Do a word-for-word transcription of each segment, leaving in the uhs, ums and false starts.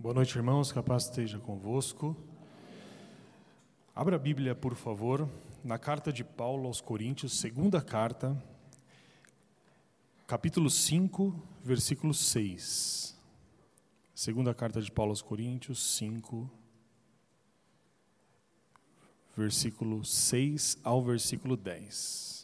Boa noite, irmãos, que a paz esteja convosco. Abra a Bíblia, por favor, na carta de Paulo aos Coríntios, segunda carta, capítulo cinco, versículo seis. Segunda carta de Paulo aos Coríntios, cinco, versículo seis ao versículo dez.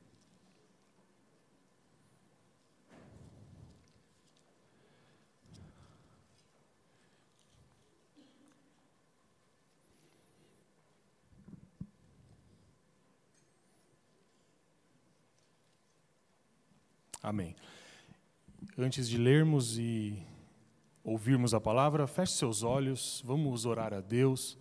Amém. Antes de lermos e ouvirmos a palavra, feche seus olhos, vamos orar a Deus.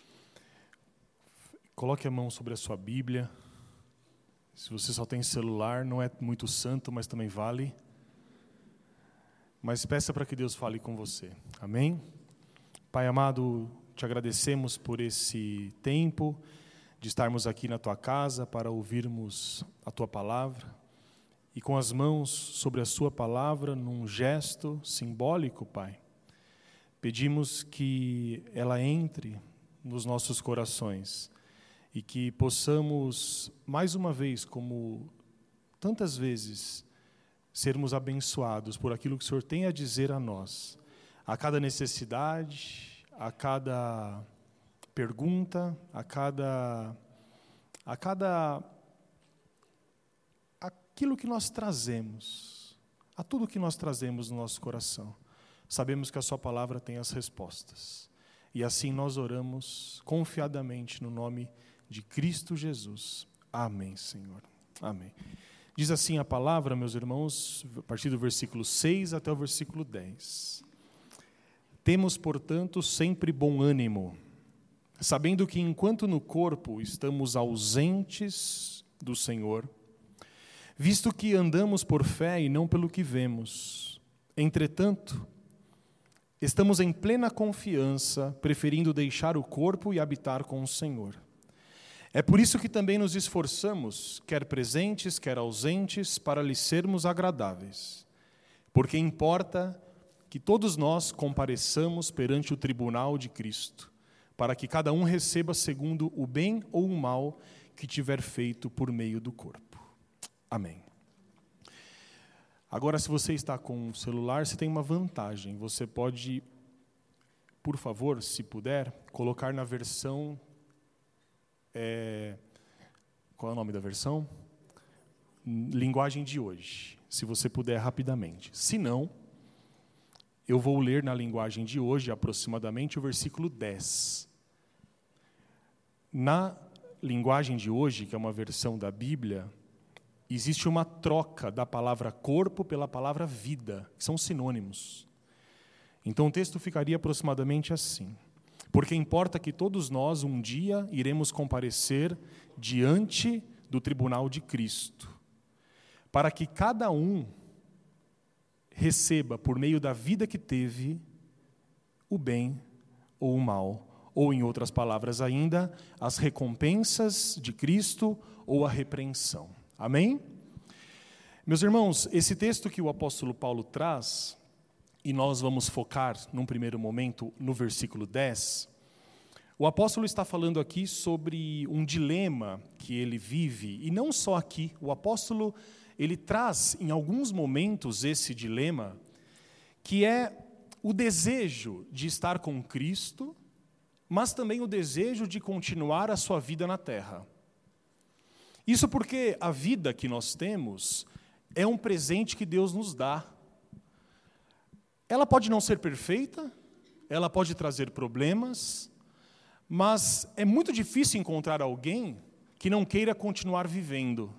Coloque a mão sobre a sua Bíblia. Se você só tem celular, não é muito santo, mas também vale. Mas peça para que Deus fale com você. Amém? Pai amado, te agradecemos por esse tempo de estarmos aqui na tua casa para ouvirmos a tua palavra. E com as mãos sobre a sua palavra, num gesto simbólico, Pai, pedimos que ela entre nos nossos corações e que possamos, mais uma vez, como tantas vezes, sermos abençoados por aquilo que o Senhor tem a dizer a nós, a cada necessidade, a cada pergunta, a cada... A cada aquilo que nós trazemos, a tudo que nós trazemos no nosso coração. Sabemos que a sua palavra tem as respostas. E assim nós oramos confiadamente no nome de Cristo Jesus. Amém, Senhor. Amém. Diz assim a palavra, meus irmãos, a partir do versículo seis até o versículo dez. Temos, portanto, sempre bom ânimo, sabendo que enquanto no corpo estamos ausentes do Senhor, visto que andamos por fé e não pelo que vemos. Entretanto, estamos em plena confiança, preferindo deixar o corpo e habitar com o Senhor. É por isso que também nos esforçamos, quer presentes, quer ausentes, para lhe sermos agradáveis. Porque importa que todos nós compareçamos perante o tribunal de Cristo, para que cada um receba segundo o bem ou o mal que tiver feito por meio do corpo. Amém. Agora, se você está com o celular, você tem uma vantagem. Você pode, por favor, se puder, colocar na versão... É, qual é o nome da versão? Linguagem de hoje. Se você puder, rapidamente. Se não, eu vou ler na linguagem de hoje, aproximadamente, o versículo dez. Na linguagem de hoje, que é uma versão da Bíblia, existe uma troca da palavra corpo pela palavra vida, que são sinônimos. Então o texto ficaria aproximadamente assim. Porque importa que todos nós um dia iremos comparecer diante do tribunal de Cristo, para que cada um receba, por meio da vida que teve, o bem ou o mal, ou em outras palavras ainda, as recompensas de Cristo ou a repreensão. Amém? Meus irmãos, esse texto que o apóstolo Paulo traz, e nós vamos focar, num primeiro momento, no versículo dez, o apóstolo está falando aqui sobre um dilema que ele vive, e não só aqui, o apóstolo, ele traz em alguns momentos esse dilema, que é o desejo de estar com Cristo, mas também o desejo de continuar a sua vida na terra. Isso porque a vida que nós temos é um presente que Deus nos dá. Ela pode não ser perfeita, ela pode trazer problemas, mas é muito difícil encontrar alguém que não queira continuar vivendo.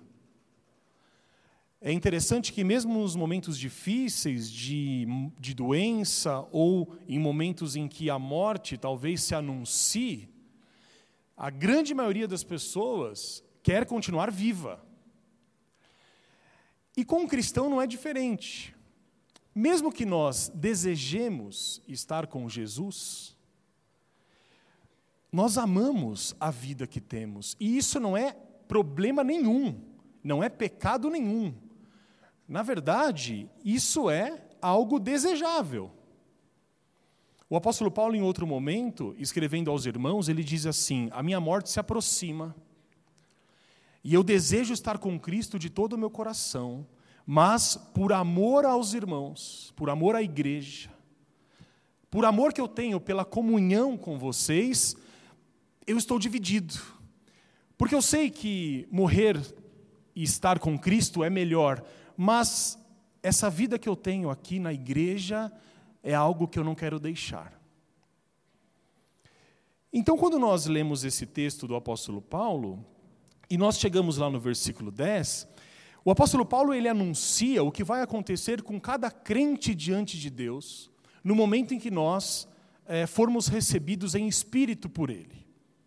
É interessante que mesmo nos momentos difíceis de, de doença ou em momentos em que a morte talvez se anuncie, a grande maioria das pessoas quer continuar viva. E com o cristão não é diferente. Mesmo que nós desejemos estar com Jesus, nós amamos a vida que temos. E isso não é problema nenhum, não é pecado nenhum. Na verdade, isso é algo desejável. O apóstolo Paulo, em outro momento, escrevendo aos irmãos, ele diz assim: a minha morte se aproxima, e eu desejo estar com Cristo de todo o meu coração, mas por amor aos irmãos, por amor à igreja, por amor que eu tenho pela comunhão com vocês, eu estou dividido. Porque eu sei que morrer e estar com Cristo é melhor, mas essa vida que eu tenho aqui na igreja é algo que eu não quero deixar. Então, quando nós lemos esse texto do apóstolo Paulo, e nós chegamos lá no versículo dez, o apóstolo Paulo ele anuncia o que vai acontecer com cada crente diante de Deus, no momento em que nós é, formos recebidos em espírito por Ele.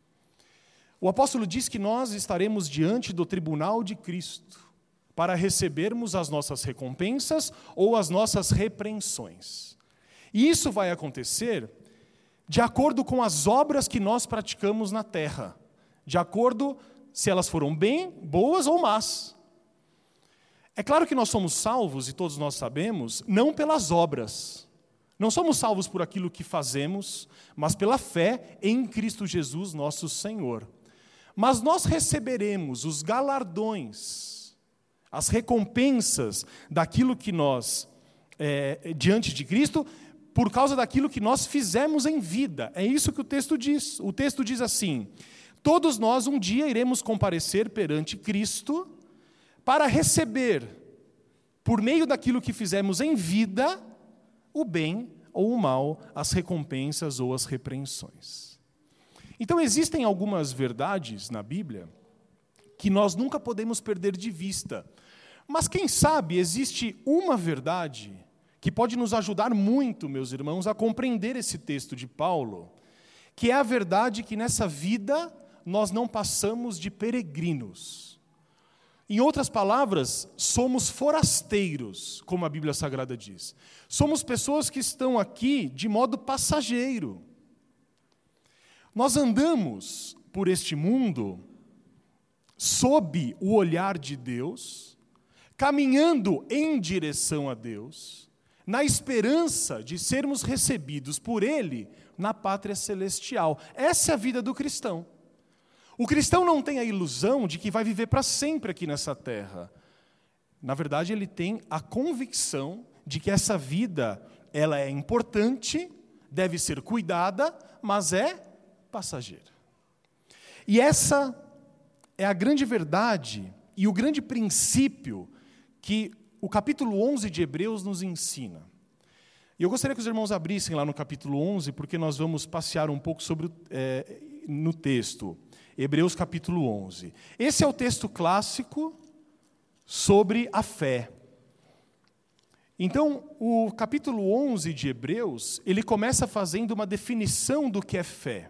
O apóstolo diz que nós estaremos diante do tribunal de Cristo, para recebermos as nossas recompensas ou as nossas repreensões. E isso vai acontecer de acordo com as obras que nós praticamos na terra, de acordo se elas foram bem, boas ou más. É claro que nós somos salvos, e todos nós sabemos, não pelas obras. Não somos salvos por aquilo que fazemos, mas pela fé em Cristo Jesus, nosso Senhor. Mas nós receberemos os galardões, as recompensas daquilo que nós, é, diante de Cristo, por causa daquilo que nós fizemos em vida. É isso que o texto diz. O texto diz assim: todos nós um dia iremos comparecer perante Cristo para receber, por meio daquilo que fizemos em vida, o bem ou o mal, as recompensas ou as repreensões. Então existem algumas verdades na Bíblia que nós nunca podemos perder de vista. Mas quem sabe existe uma verdade que pode nos ajudar muito, meus irmãos, a compreender esse texto de Paulo, que é a verdade que nessa vida nós não passamos de peregrinos. Em outras palavras, somos forasteiros, como a Bíblia Sagrada diz. Somos pessoas que estão aqui de modo passageiro. Nós andamos por este mundo sob o olhar de Deus, caminhando em direção a Deus, na esperança de sermos recebidos por Ele na pátria celestial. Essa é a vida do cristão. O cristão não tem a ilusão de que vai viver para sempre aqui nessa terra. Na verdade, ele tem a convicção de que essa vida ela é importante, deve ser cuidada, mas é passageira. E essa é a grande verdade e o grande princípio que o capítulo onze de Hebreus nos ensina. E eu gostaria que os irmãos abrissem lá no capítulo onze, porque nós vamos passear um pouco sobre, é, no texto. Hebreus capítulo onze. Esse é o texto clássico sobre a fé. Então, o capítulo onze de Hebreus, ele começa fazendo uma definição do que é fé.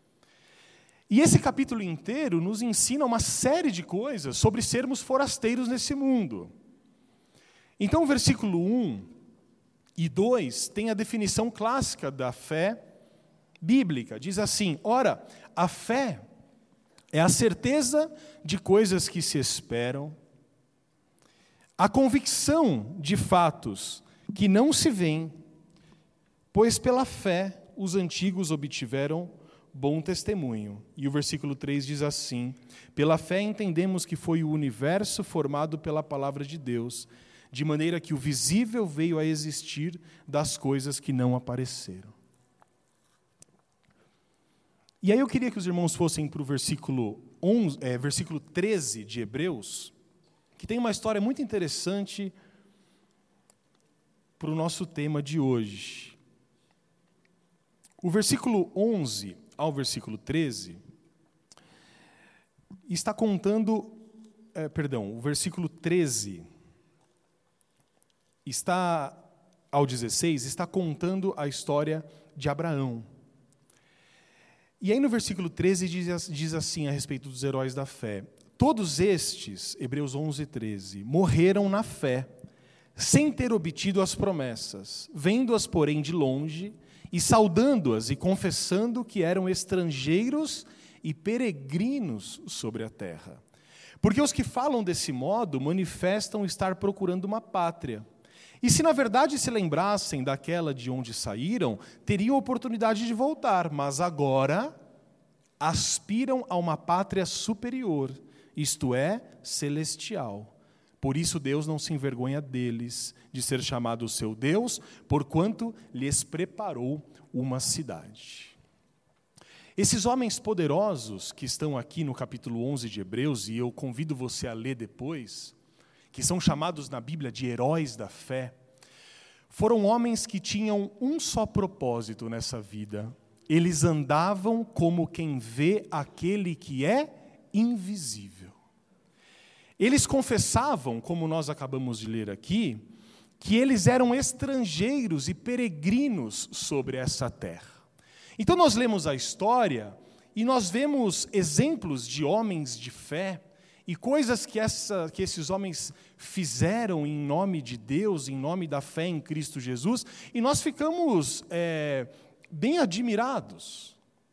E esse capítulo inteiro nos ensina uma série de coisas sobre sermos forasteiros nesse mundo. Então, o versículo um e dois tem a definição clássica da fé bíblica. Diz assim: ora, a fé é a certeza de coisas que se esperam, a convicção de fatos que não se veem, pois pela fé os antigos obtiveram bom testemunho. E o versículo três diz assim: pela fé entendemos que foi o universo formado pela palavra de Deus, de maneira que o visível veio a existir das coisas que não apareceram. E aí eu queria que os irmãos fossem para o versículo, onze, é, versículo treze de Hebreus, que tem uma história muito interessante para o nosso tema de hoje. O versículo onze ao versículo treze está contando, é, perdão, o versículo treze está ao dezesseis está contando a história de Abraão. E aí no versículo treze diz, diz assim a respeito dos heróis da fé: todos estes, Hebreus onze, treze, morreram na fé, sem ter obtido as promessas, vendo-as, porém, de longe, e saudando-as e confessando que eram estrangeiros e peregrinos sobre a terra. Porque os que falam desse modo manifestam estar procurando uma pátria. E se na verdade se lembrassem daquela de onde saíram, teriam oportunidade de voltar, mas agora aspiram a uma pátria superior, isto é, celestial. Por isso Deus não se envergonha deles, de ser chamado seu Deus, porquanto lhes preparou uma cidade. Esses homens poderosos que estão aqui no capítulo onze de Hebreus, e eu convido você a ler depois, que são chamados na Bíblia de heróis da fé, foram homens que tinham um só propósito nessa vida. Eles andavam como quem vê aquele que é invisível. Eles confessavam, como nós acabamos de ler aqui, que eles eram estrangeiros e peregrinos sobre essa terra. Então nós lemos a história e nós vemos exemplos de homens de fé e coisas que, essa, que esses homens fizeram em nome de Deus, em nome da fé em Cristo Jesus, e nós ficamos é, bem admirados.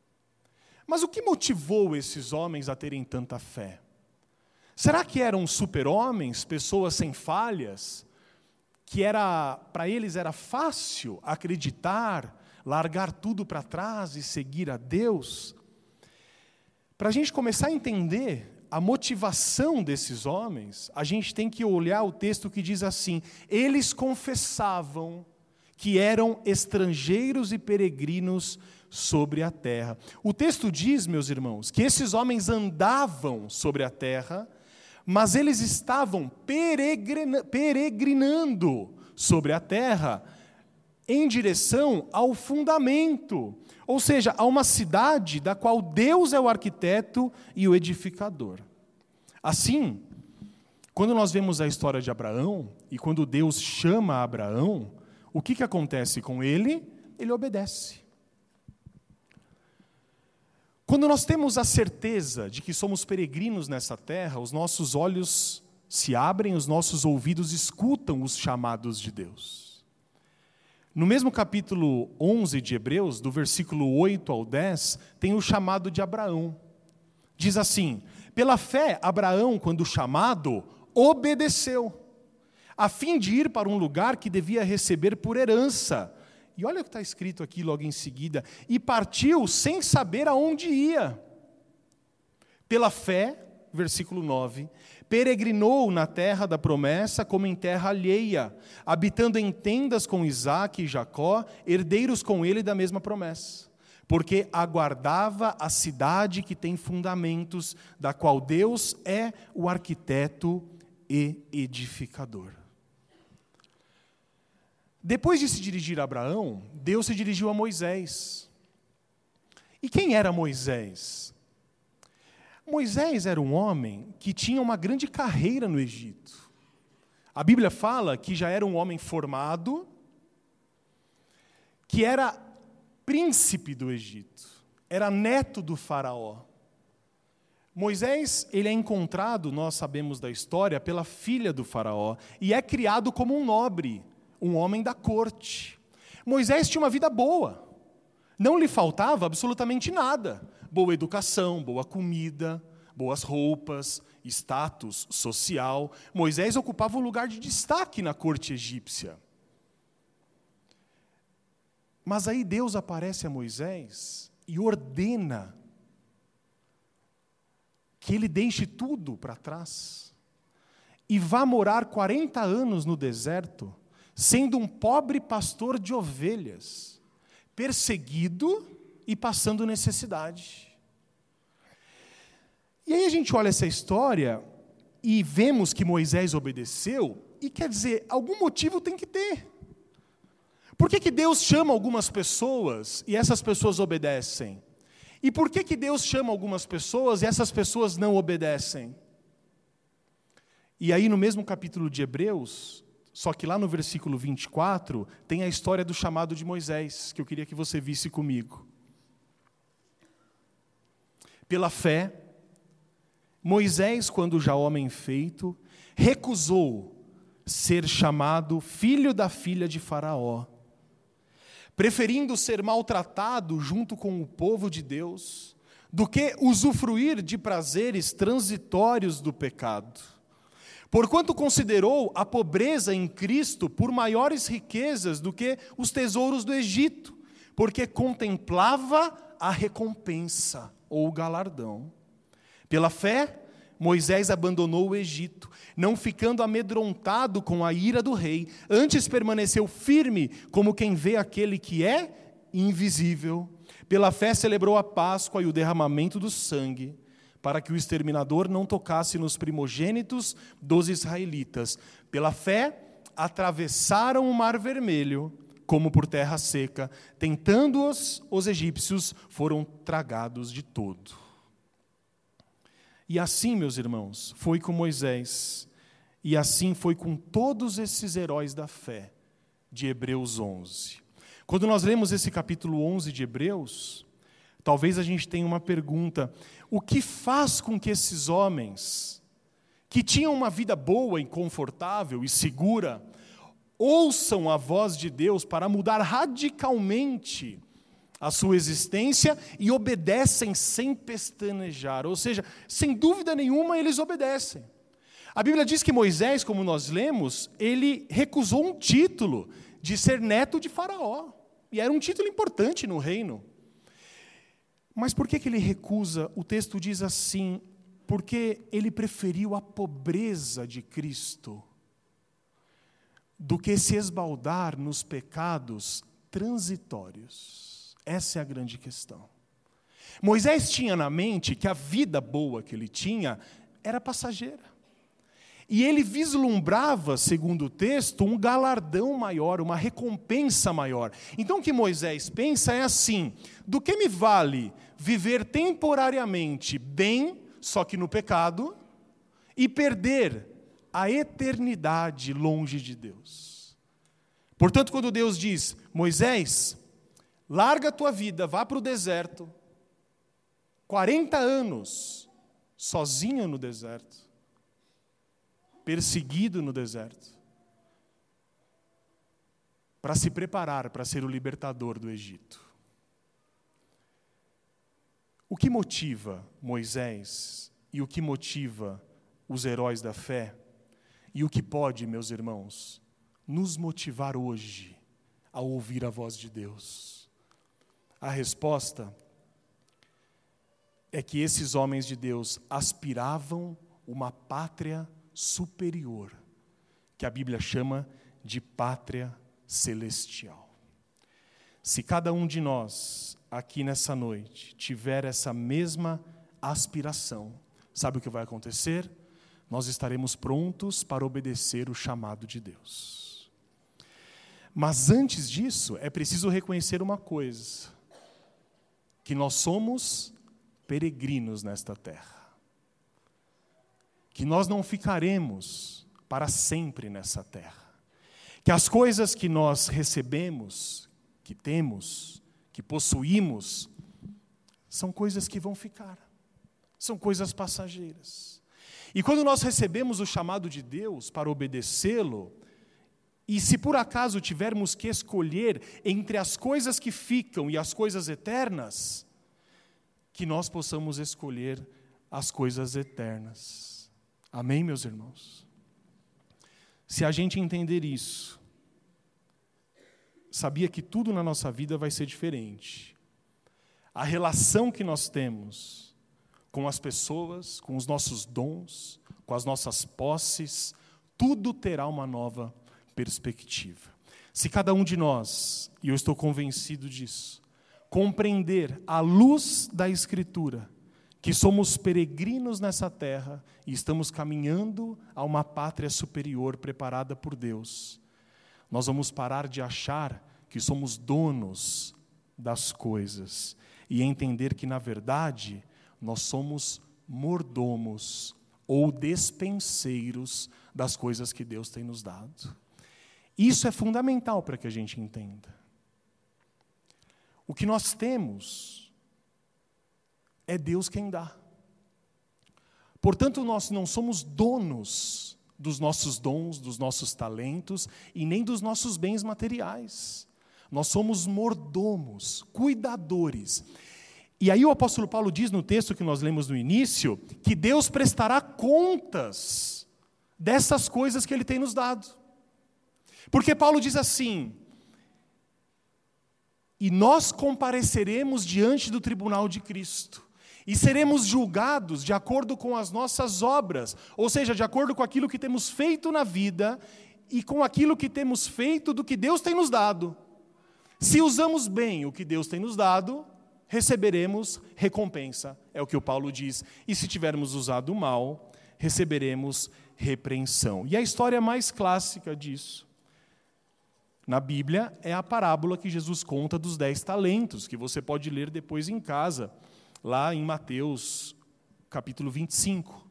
Mas o que motivou esses homens a terem tanta fé? Será que eram super-homens, pessoas sem falhas, que era, para eles era fácil acreditar, largar tudo para trás e seguir a Deus? Para a gente começar a entender a motivação desses homens, a gente tem que olhar o texto que diz assim: eles confessavam que eram estrangeiros e peregrinos sobre a terra. O texto diz, meus irmãos, que esses homens andavam sobre a terra, mas eles estavam peregrina, peregrinando sobre a terra em direção ao fundamento, ou seja, a uma cidade da qual Deus é o arquiteto e o edificador. Assim, quando nós vemos a história de Abraão, e quando Deus chama Abraão, o que, que acontece com ele? Ele obedece. Quando nós temos a certeza de que somos peregrinos nessa terra, os nossos olhos se abrem, os nossos ouvidos escutam os chamados de Deus. No mesmo capítulo onze de Hebreus, do versículo oito ao dez, tem o chamado de Abraão. Diz assim: pela fé, Abraão, quando chamado, obedeceu, a fim de ir para um lugar que devia receber por herança. E olha o que está escrito aqui logo em seguida: e partiu sem saber aonde ia. Pela fé, versículo nove, peregrinou na terra da promessa como em terra alheia, habitando em tendas com Isaque e Jacó, herdeiros com ele da mesma promessa, porque aguardava a cidade que tem fundamentos, da qual Deus é o arquiteto e edificador. Depois de se dirigir a Abraão, Deus se dirigiu a Moisés. E quem era Moisés? Moisés era um homem que tinha uma grande carreira no Egito. A Bíblia fala que já era um homem formado, que era príncipe do Egito, era neto do faraó. Moisés, ele é encontrado, nós sabemos da história, pela filha do faraó, e é criado como um nobre, um homem da corte. Moisés tinha uma vida boa, não lhe faltava absolutamente nada. Boa educação, boa comida, boas roupas, status social. Moisés ocupava um lugar de destaque na corte egípcia. Mas aí Deus aparece a Moisés e ordena que ele deixe tudo para trás e vá morar quarenta anos no deserto, sendo um pobre pastor de ovelhas, perseguido e passando necessidade. E aí a gente olha essa história e vemos que Moisés obedeceu, e quer dizer, algum motivo tem que ter. Por que que Deus chama algumas pessoas e essas pessoas obedecem? E por que que Deus chama algumas pessoas e essas pessoas não obedecem? E aí no mesmo capítulo de Hebreus, só que lá no versículo vinte e quatro, tem a história do chamado de Moisés, que eu queria que você visse comigo. Pela fé, Moisés, quando já homem feito, recusou ser chamado filho da filha de Faraó, preferindo ser maltratado junto com o povo de Deus, do que usufruir de prazeres transitórios do pecado. Porquanto considerou a pobreza em Cristo por maiores riquezas do que os tesouros do Egito, porque contemplava a recompensa ou o galardão. Pela fé, Moisés abandonou o Egito, não ficando amedrontado com a ira do rei, antes permaneceu firme como quem vê aquele que é invisível. Pela fé celebrou a Páscoa e o derramamento do sangue, para que o exterminador não tocasse nos primogênitos dos israelitas. Pela fé atravessaram o Mar Vermelho, como por terra seca, tentando-os, os egípcios foram tragados de todo. E assim, meus irmãos, foi com Moisés, e assim foi com todos esses heróis da fé, de Hebreus onze. Quando nós lemos esse capítulo onze de Hebreus, talvez a gente tenha uma pergunta: o que faz com que esses homens, que tinham uma vida boa e confortável e segura, ouçam a voz de Deus para mudar radicalmente a sua existência e obedecem sem pestanejar? Ou seja, sem dúvida nenhuma eles obedecem. A Bíblia diz que Moisés, como nós lemos, ele recusou um título de ser neto de Faraó, e era um título importante no reino. Mas por que que ele recusa? O texto diz assim: porque ele preferiu a pobreza de Cristo do que se esbaldar nos pecados transitórios. Essa é a grande questão. Moisés tinha na mente que a vida boa que ele tinha era passageira. E ele vislumbrava, segundo o texto, um galardão maior, uma recompensa maior. Então o que Moisés pensa é assim: do que me vale viver temporariamente bem, só que no pecado, e perder a eternidade longe de Deus? Portanto, quando Deus diz: Moisés, larga a tua vida, vá para o deserto, quarenta anos, sozinho no deserto, perseguido no deserto, para se preparar para ser o libertador do Egito. O que motiva Moisés e o que motiva os heróis da fé, e o que pode, meus irmãos, nos motivar hoje a ouvir a voz de Deus? A resposta é que esses homens de Deus aspiravam uma pátria superior, que a Bíblia chama de pátria celestial. Se cada um de nós, aqui nessa noite, tiver essa mesma aspiração, sabe o que vai acontecer? Nós estaremos prontos para obedecer o chamado de Deus. Mas antes disso, é preciso reconhecer uma coisa: que nós somos peregrinos nesta terra. Que nós não ficaremos para sempre nessa terra. Que as coisas que nós recebemos, que temos, que possuímos, são coisas que vão ficar. São coisas passageiras. E quando nós recebemos o chamado de Deus para obedecê-lo, e se por acaso tivermos que escolher entre as coisas que ficam e as coisas eternas, que nós possamos escolher as coisas eternas. Amém, meus irmãos? Se a gente entender isso, sabia que tudo na nossa vida vai ser diferente. A relação que nós temos com as pessoas, com os nossos dons, com as nossas posses, tudo terá uma nova perspectiva. Se cada um de nós, e eu estou convencido disso, compreender à luz da Escritura que somos peregrinos nessa terra e estamos caminhando a uma pátria superior preparada por Deus, nós vamos parar de achar que somos donos das coisas e entender que, na verdade, nós somos mordomos ou despenseiros das coisas que Deus tem nos dado. Isso é fundamental para que a gente entenda. O que nós temos é Deus quem dá. Portanto, nós não somos donos dos nossos dons, dos nossos talentos e nem dos nossos bens materiais. Nós somos mordomos, cuidadores. E aí o apóstolo Paulo diz no texto que nós lemos no início, que Deus prestará contas dessas coisas que Ele tem nos dado. Porque Paulo diz assim: e nós compareceremos diante do tribunal de Cristo, e seremos julgados de acordo com as nossas obras, ou seja, de acordo com aquilo que temos feito na vida, e com aquilo que temos feito do que Deus tem nos dado. Se usamos bem o que Deus tem nos dado, receberemos recompensa, é o que o Paulo diz. E se tivermos usado mal, receberemos repreensão. E a história mais clássica disso, na Bíblia, é a parábola que Jesus conta dos dez talentos, que você pode ler depois em casa, lá em Mateus, capítulo vinte e cinco.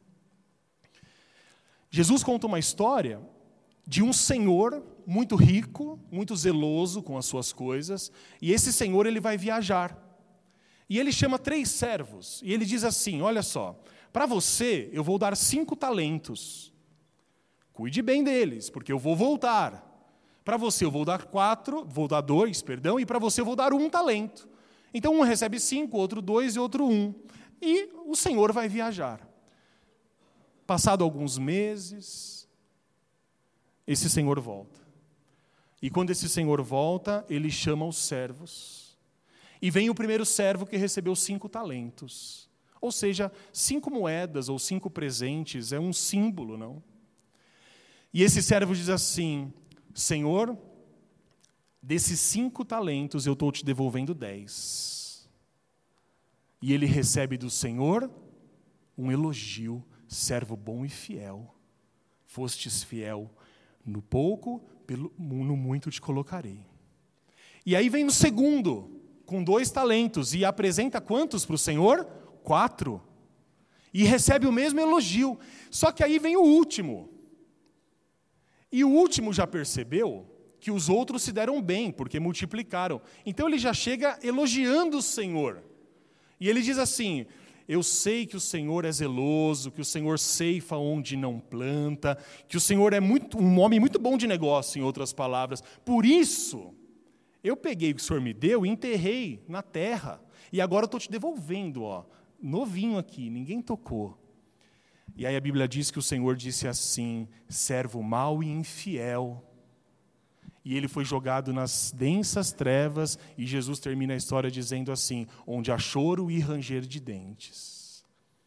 Jesus conta uma história de um senhor muito rico, muito zeloso com as suas coisas, e esse senhor ele vai viajar. E ele chama três servos, e ele diz assim: olha só, para você eu vou dar cinco talentos, cuide bem deles, porque eu vou voltar. Para você eu vou dar quatro, vou dar dois, perdão, e para você eu vou dar um talento. Então um recebe cinco, outro dois e outro um. E o senhor vai viajar. Passado alguns meses, esse senhor volta. E quando esse senhor volta, ele chama os servos. E vem o primeiro servo que recebeu cinco talentos. Ou seja, cinco moedas ou cinco presentes, é um símbolo, não? E esse servo diz assim: Senhor, desses cinco talentos eu estou te devolvendo dez. E ele recebe do Senhor um elogio: servo bom e fiel. Fostes fiel no pouco, pelo, no muito te colocarei. E aí vem o segundo, com dois talentos, e apresenta quantos para o Senhor? Quatro. E recebe o mesmo elogio. Só que aí vem o último. E o último já percebeu que os outros se deram bem, porque multiplicaram. Então ele já chega elogiando o Senhor. E ele diz assim: eu sei que o Senhor é zeloso, que o Senhor ceifa onde não planta, que o Senhor é muito, um homem muito bom de negócio, em outras palavras. Por isso, eu peguei o que o Senhor me deu e enterrei na terra. E agora eu estou te devolvendo, ó, novinho aqui, ninguém tocou. E aí a Bíblia diz que o Senhor disse assim: servo mau e infiel. E ele foi jogado nas densas trevas, e Jesus termina a história dizendo assim: onde há choro e ranger de dentes.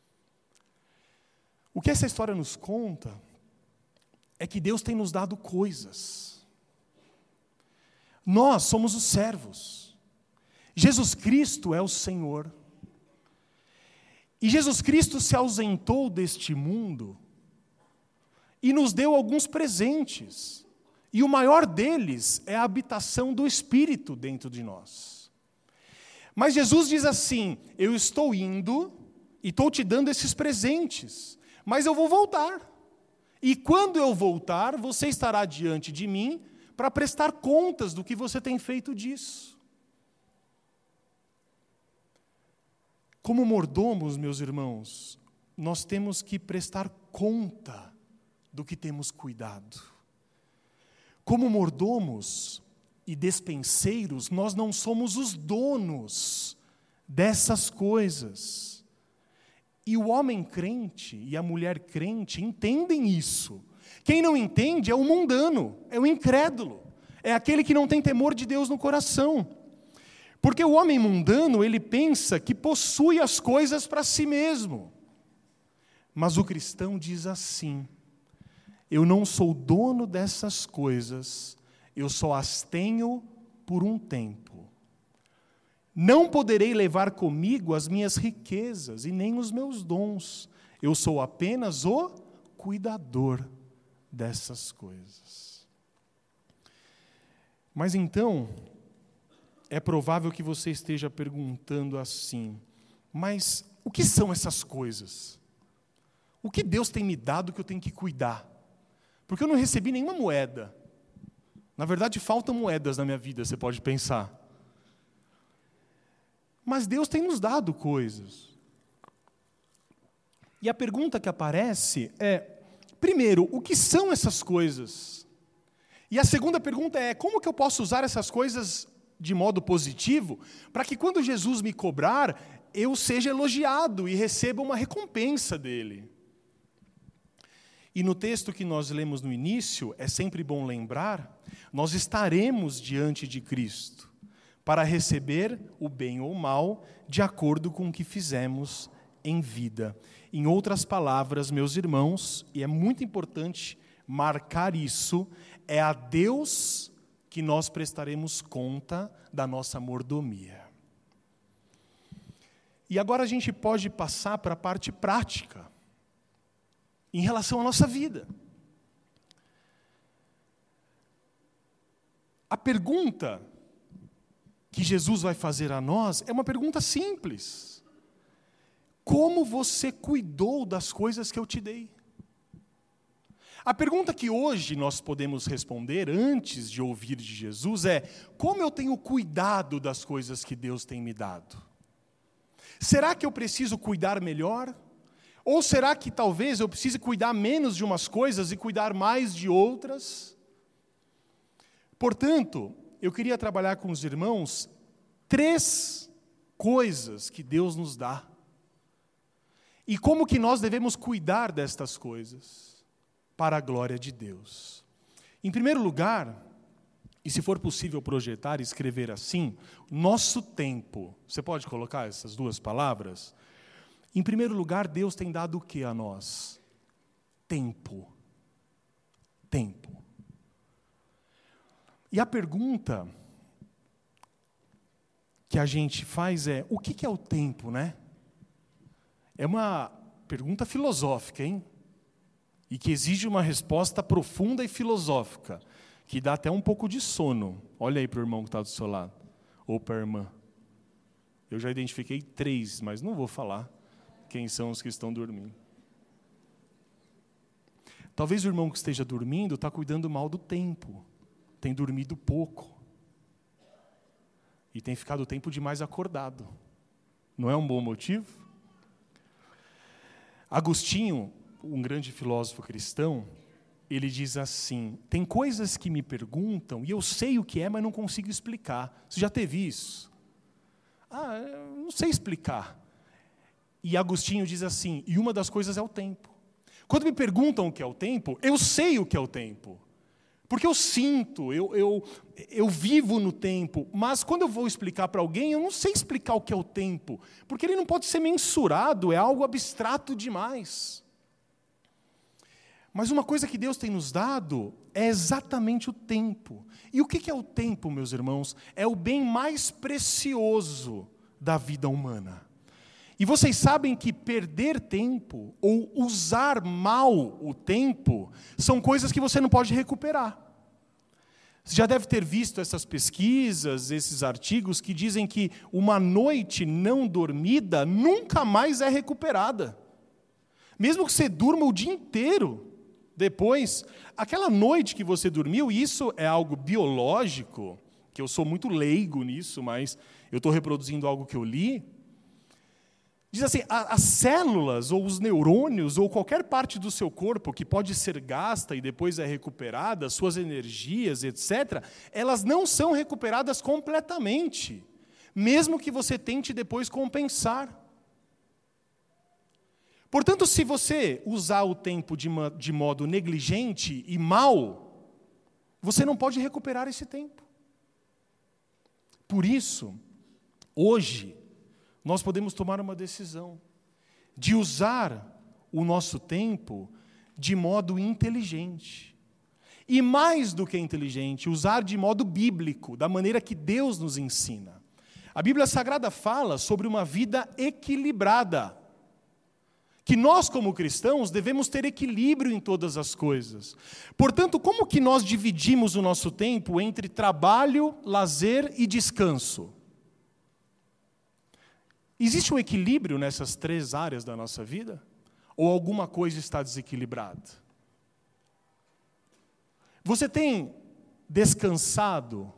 O que essa história nos conta é que Deus tem nos dado coisas. Nós somos os servos. Jesus Cristo é o Senhor. E Jesus Cristo se ausentou deste mundo e nos deu alguns presentes. E o maior deles é a habitação do Espírito dentro de nós. Mas Jesus diz assim: eu estou indo e estou te dando esses presentes, mas eu vou voltar. E quando eu voltar, você estará diante de mim para prestar contas do que você tem feito disso. Como mordomos, meus irmãos, nós temos que prestar conta do que temos cuidado. Como mordomos e despenseiros, nós não somos os donos dessas coisas. E o homem crente e a mulher crente entendem isso. Quem não entende é o mundano, é o incrédulo, é aquele que não tem temor de Deus no coração. Porque o homem mundano, ele pensa que possui as coisas para si mesmo. Mas o cristão diz assim: eu não sou dono dessas coisas, eu só as tenho por um tempo. Não poderei levar comigo as minhas riquezas e nem os meus dons. Eu sou apenas o cuidador dessas coisas. Mas então, é provável que você esteja perguntando assim: mas o que são essas coisas? O que Deus tem me dado que eu tenho que cuidar? Porque eu não recebi nenhuma moeda. Na verdade, faltam moedas na minha vida, você pode pensar. Mas Deus tem nos dado coisas. E a pergunta que aparece é, primeiro, o que são essas coisas? E a segunda pergunta é, como que eu posso usar essas coisas de modo positivo, para que quando Jesus me cobrar, eu seja elogiado e receba uma recompensa dele? E no texto que nós lemos no início, é sempre bom lembrar, nós estaremos diante de Cristo para receber o bem ou o mal de acordo com o que fizemos em vida. Em outras palavras, meus irmãos, e é muito importante marcar isso, é a Deus que nós prestaremos conta da nossa mordomia. E agora a gente pode passar para a parte prática, em relação à nossa vida. A pergunta que Jesus vai fazer a nós é uma pergunta simples. Como você cuidou das coisas que eu te dei? A pergunta que hoje nós podemos responder, antes de ouvir de Jesus, é: como eu tenho cuidado das coisas que Deus tem me dado? Será que eu preciso cuidar melhor? Ou será que talvez eu precise cuidar menos de umas coisas e cuidar mais de outras? Portanto, eu queria trabalhar com os irmãos três coisas que Deus nos dá. E como que nós devemos cuidar destas coisas para a glória de Deus. Em primeiro lugar, e se for possível projetar e escrever assim, nosso tempo. Você pode colocar essas duas palavras? Em primeiro lugar, Deus tem dado o que a nós? Tempo. Tempo. E a pergunta que a gente faz é: o que é o tempo, né? É uma pergunta filosófica, hein? E que exige uma resposta profunda e filosófica, que dá até um pouco de sono. Olha aí para o irmão que está do seu lado, ou para a irmã. Eu já identifiquei três, mas não vou falar quem são os que estão dormindo. Talvez o irmão que esteja dormindo está cuidando mal do tempo, tem dormido pouco, e tem ficado o tempo demais acordado. Não é um bom motivo? Agostinho, um grande filósofo cristão, ele diz assim: tem coisas que me perguntam e eu sei o que é, mas não consigo explicar. Você já teve isso? Ah, eu não sei explicar. E Agostinho diz assim: e uma das coisas é o tempo. Quando me perguntam o que é o tempo, eu sei o que é o tempo. Porque eu sinto, eu, eu, eu vivo no tempo. Mas quando eu vou explicar para alguém, eu não sei explicar o que é o tempo. Porque ele não pode ser mensurado, é algo abstrato demais. Mas uma coisa que Deus tem nos dado é exatamente o tempo. E o que é o tempo, meus irmãos? É o bem mais precioso da vida humana. E vocês sabem que perder tempo ou usar mal o tempo são coisas que você não pode recuperar. Você já deve ter visto essas pesquisas, esses artigos que dizem que uma noite não dormida nunca mais é recuperada. Mesmo que você durma o dia inteiro, depois, aquela noite que você dormiu, e isso é algo biológico, que eu sou muito leigo nisso, mas eu estou reproduzindo algo que eu li. Diz assim, a, as células, ou os neurônios, ou qualquer parte do seu corpo que pode ser gasta e depois é recuperada, suas energias, etcétera, elas não são recuperadas completamente, mesmo que você tente depois compensar. Portanto, se você usar o tempo de, uma, de modo negligente e mal, você não pode recuperar esse tempo. Por isso, hoje, nós podemos tomar uma decisão de usar o nosso tempo de modo inteligente. E mais do que inteligente, usar de modo bíblico, da maneira que Deus nos ensina. A Bíblia Sagrada fala sobre uma vida equilibrada. Que nós, como cristãos, devemos ter equilíbrio em todas as coisas. Portanto, como que nós dividimos o nosso tempo entre trabalho, lazer e descanso? Existe um equilíbrio nessas três áreas da nossa vida? Ou alguma coisa está desequilibrada? Você tem descansado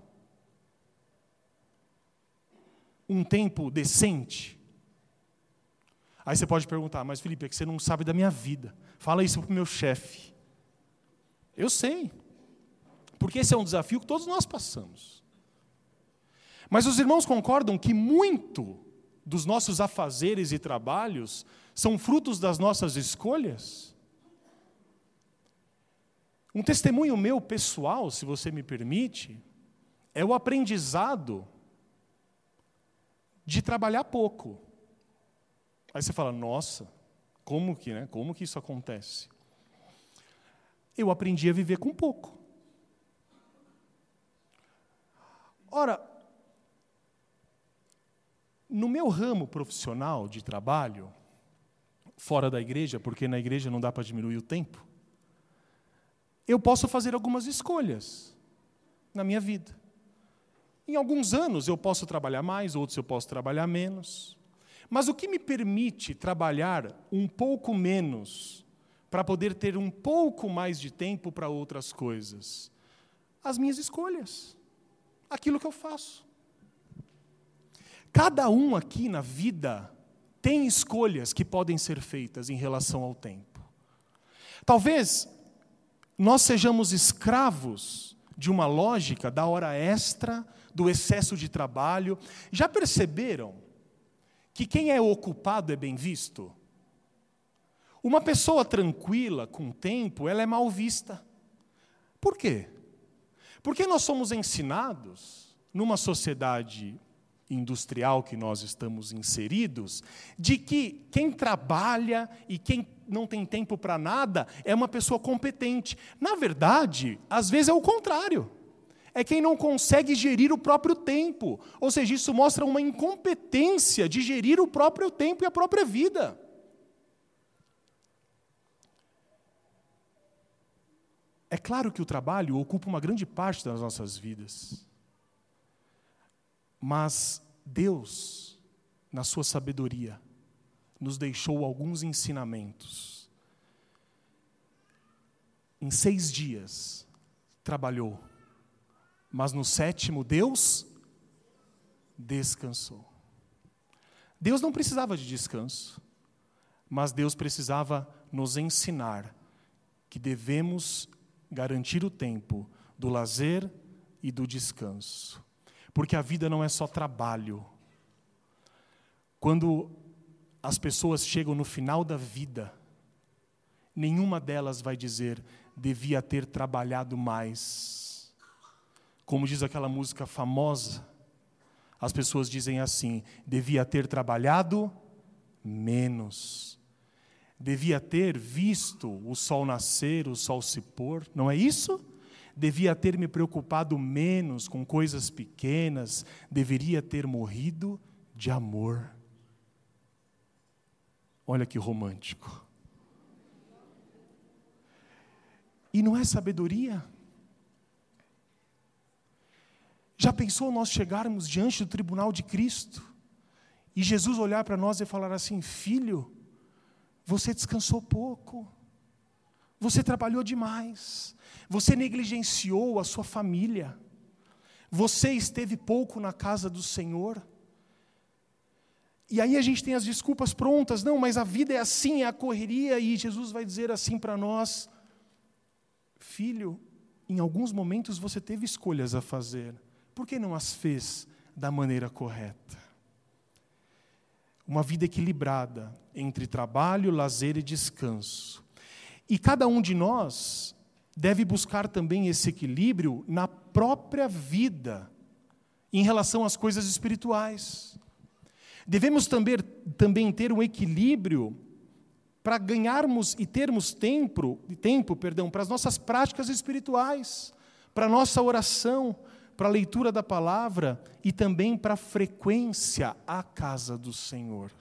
um tempo decente? Aí você pode perguntar: mas Felipe, é que você não sabe da minha vida. Fala isso para o meu chefe. Eu sei. Porque esse é um desafio que todos nós passamos. Mas os irmãos concordam que muito dos nossos afazeres e trabalhos são frutos das nossas escolhas? Um testemunho meu pessoal, se você me permite, é o aprendizado de trabalhar pouco. Aí você fala, nossa, como que, né? Como que isso acontece? Eu aprendi a viver com pouco. Ora, no meu ramo profissional de trabalho, fora da igreja, porque na igreja não dá para diminuir o tempo, eu posso fazer algumas escolhas na minha vida. Em alguns anos eu posso trabalhar mais, outros eu posso trabalhar menos. Mas o que me permite trabalhar um pouco menos para poder ter um pouco mais de tempo para outras coisas? As minhas escolhas. Aquilo que eu faço. Cada um aqui na vida tem escolhas que podem ser feitas em relação ao tempo. Talvez nós sejamos escravos de uma lógica da hora extra, do excesso de trabalho. Já perceberam que quem é ocupado é bem visto? Uma pessoa tranquila, com tempo, ela é mal vista. Por quê? Porque nós somos ensinados, numa sociedade industrial que nós estamos inseridos, de que quem trabalha e quem não tem tempo para nada é uma pessoa competente. Na verdade, às vezes é o contrário. É quem não consegue gerir o próprio tempo. Ou seja, isso mostra uma incompetência de gerir o próprio tempo e a própria vida. É claro que o trabalho ocupa uma grande parte das nossas vidas. Mas Deus, na sua sabedoria, nos deixou alguns ensinamentos. Em seis dias, trabalhou. Mas no sétimo, Deus descansou. Deus não precisava de descanso, mas Deus precisava nos ensinar que devemos garantir o tempo do lazer e do descanso. Porque a vida não é só trabalho. Quando as pessoas chegam no final da vida, nenhuma delas vai dizer, devia ter trabalhado mais. Como diz aquela música famosa, as pessoas dizem assim, devia ter trabalhado menos. Devia ter visto o sol nascer, o sol se pôr, não é isso? Devia ter me preocupado menos com coisas pequenas, deveria ter morrido de amor. Olha que romântico. E não é sabedoria? Já pensou nós chegarmos diante do tribunal de Cristo e Jesus olhar para nós e falar assim, filho, você descansou pouco, você trabalhou demais, você negligenciou a sua família, você esteve pouco na casa do Senhor. E aí a gente tem as desculpas prontas, não, mas a vida é assim, é a correria, e Jesus vai dizer assim para nós, filho, em alguns momentos você teve escolhas a fazer, por que não as fez da maneira correta? Uma vida equilibrada entre trabalho, lazer e descanso. E cada um de nós deve buscar também esse equilíbrio na própria vida, em relação às coisas espirituais. Devemos também, também ter um equilíbrio para ganharmos e termos tempo, tempo perdão, para as nossas práticas espirituais, para a nossa oração, para a leitura da palavra e também para a frequência à casa do Senhor.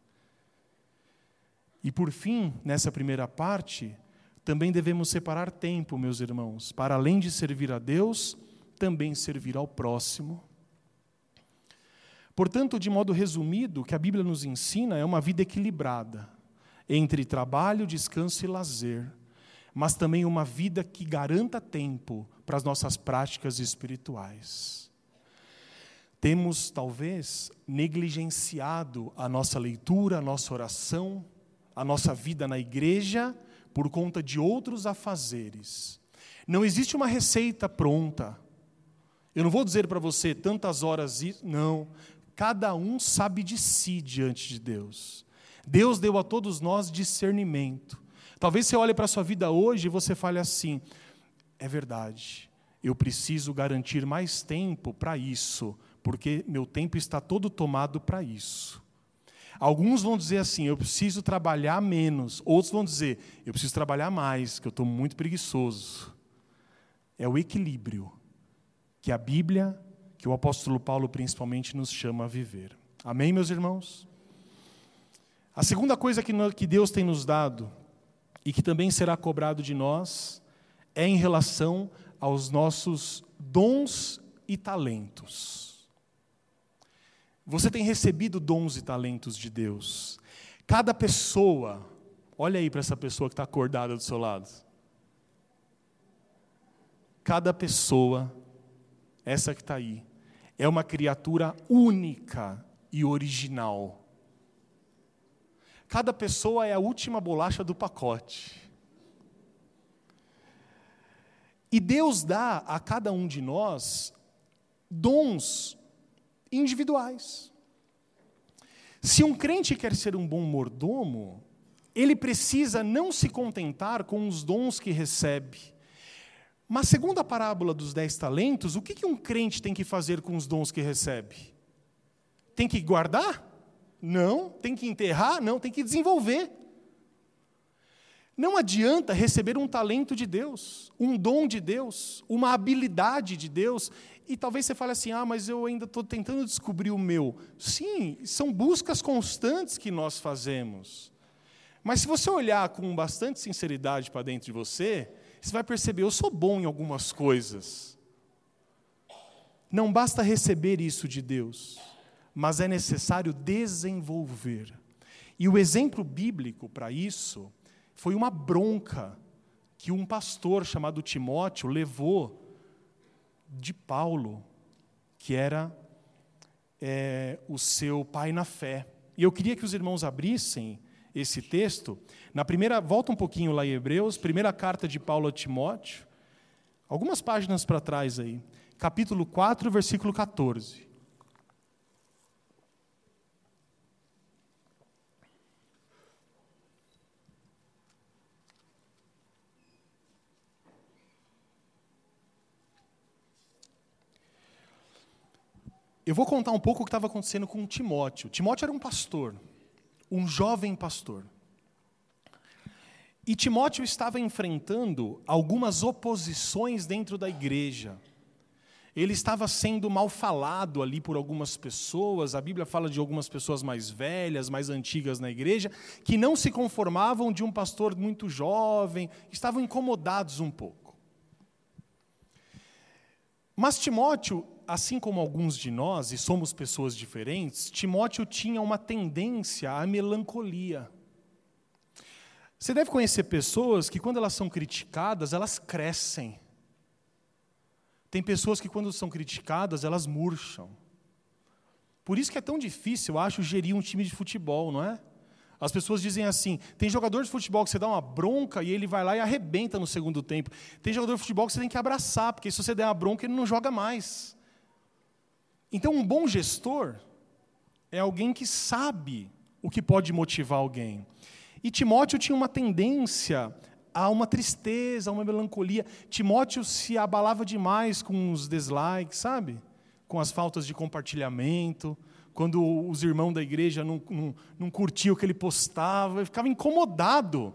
E por fim, nessa primeira parte, também devemos separar tempo, meus irmãos, para além de servir a Deus, também servir ao próximo. Portanto, de modo resumido, o que a Bíblia nos ensina é uma vida equilibrada entre trabalho, descanso e lazer, mas também uma vida que garanta tempo para as nossas práticas espirituais. Temos, talvez, negligenciado a nossa leitura, a nossa oração, a nossa vida na igreja, por conta de outros afazeres. Não existe uma receita pronta. Eu não vou dizer para você tantas horas, não. Cada um sabe de si diante de Deus. Deus deu a todos nós discernimento. Talvez você olhe para a sua vida hoje e você fale assim, é verdade, eu preciso garantir mais tempo para isso, porque meu tempo está todo tomado para isso. Alguns vão dizer assim, eu preciso trabalhar menos. Outros vão dizer, eu preciso trabalhar mais, que eu estou muito preguiçoso. É o equilíbrio que a Bíblia, que o apóstolo Paulo principalmente nos chama a viver. Amém, meus irmãos? A segunda coisa que Deus tem nos dado, e que também será cobrado de nós, é em relação aos nossos dons e talentos. Você tem recebido dons e talentos de Deus. Cada pessoa, olha aí para essa pessoa que está acordada do seu lado. Cada pessoa, essa que está aí, é uma criatura única e original. Cada pessoa é a última bolacha do pacote. E Deus dá a cada um de nós dons individuais. Se um crente quer ser um bom mordomo, ele precisa não se contentar com os dons que recebe. Mas segundo a parábola dos dez talentos, o que que um crente tem que fazer com os dons que recebe? Tem que guardar? Não. Tem que enterrar? Não. Tem que desenvolver. Não adianta receber um talento de Deus, um dom de Deus, uma habilidade de Deus, e talvez você fale assim, ah, mas eu ainda estou tentando descobrir o meu. Sim, são buscas constantes que nós fazemos. Mas se você olhar com bastante sinceridade para dentro de você, você vai perceber, eu sou bom em algumas coisas. Não basta receber isso de Deus, mas é necessário desenvolver. E o exemplo bíblico para isso foi uma bronca que um pastor chamado Timóteo levou de Paulo, que era é, o seu pai na fé. E eu queria que os irmãos abrissem esse texto. Na primeira, volta um pouquinho lá em Hebreus, primeira carta de Paulo a Timóteo, algumas páginas para trás aí, capítulo quatro, versículo quatorze. Eu vou contar um pouco o que estava acontecendo com Timóteo. Timóteo era um pastor, um jovem pastor. E Timóteo estava enfrentando algumas oposições dentro da igreja. Ele estava sendo mal falado ali por algumas pessoas. A Bíblia fala de algumas pessoas mais velhas, mais antigas na igreja, que não se conformavam de um pastor muito jovem, estavam incomodados um pouco. Mas Timóteo, assim como alguns de nós, e somos pessoas diferentes, Timóteo tinha uma tendência à melancolia. Você deve conhecer pessoas que, quando elas são criticadas, elas crescem. Tem pessoas que, quando são criticadas, elas murcham. Por isso que é tão difícil, eu acho, gerir um time de futebol, não é? As pessoas dizem assim, tem jogador de futebol que você dá uma bronca e ele vai lá e arrebenta no segundo tempo. Tem jogador de futebol que você tem que abraçar, porque se você der uma bronca, ele não joga mais. Então, um bom gestor é alguém que sabe o que pode motivar alguém. E Timóteo tinha uma tendência a uma tristeza, a uma melancolia. Timóteo se abalava demais com os dislikes, sabe? Com as faltas de compartilhamento. Quando os irmãos da igreja não, não, não curtiam o que ele postava, ele ficava incomodado.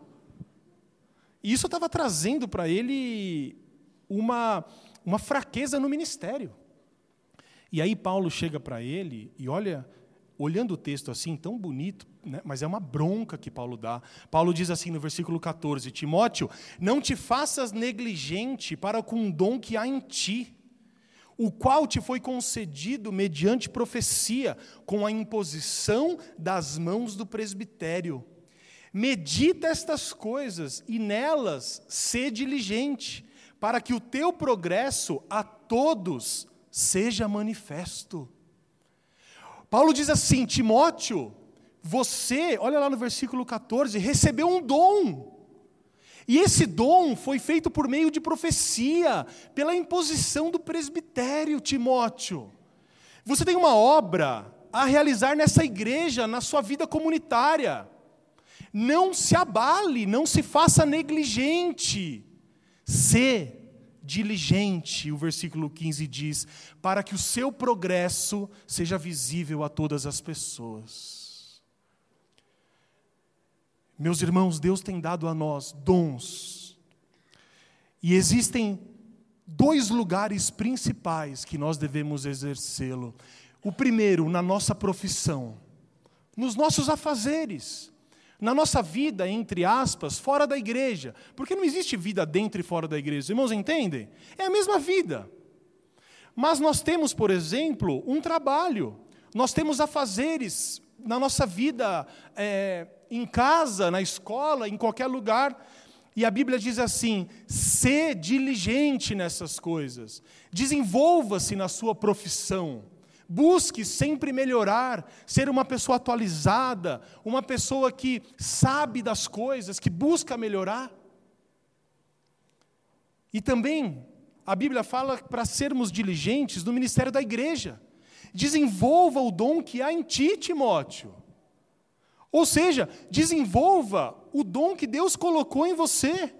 E isso estava trazendo para ele uma, uma fraqueza no ministério. E aí Paulo chega para ele e olha, olhando o texto assim, tão bonito, né, mas é uma bronca que Paulo dá. Paulo diz assim no versículo quatorze, Timóteo, não te faças negligente para com o dom que há em ti, o qual te foi concedido mediante profecia, com a imposição das mãos do presbitério. Medita estas coisas e nelas sê diligente, para que o teu progresso a todos seja manifesto. Paulo diz assim, Timóteo, você, olha lá no versículo quatorze, recebeu um dom. E esse dom foi feito por meio de profecia, pela imposição do presbitério, Timóteo. Você tem uma obra a realizar nessa igreja, na sua vida comunitária. Não se abale, não se faça negligente. Sê diligente, o versículo quinze diz, para que o seu progresso seja visível a todas as pessoas. Meus irmãos, Deus tem dado a nós dons. E existem dois lugares principais que nós devemos exercê-lo. O primeiro, na nossa profissão, nos nossos afazeres, na nossa vida, entre aspas, fora da igreja. Porque não existe vida dentro e fora da igreja. Os irmãos entendem? É a mesma vida. Mas nós temos, por exemplo, um trabalho. Nós temos afazeres na nossa vida, é, em casa, na escola, em qualquer lugar. E a Bíblia diz assim, sê diligente nessas coisas. Desenvolva-se na sua profissão. Busque sempre melhorar, ser uma pessoa atualizada, uma pessoa que sabe das coisas, que busca melhorar. E também, a Bíblia fala para sermos diligentes no ministério da igreja. Desenvolva o dom que há em ti, Timóteo. Ou seja, desenvolva o dom que Deus colocou em você.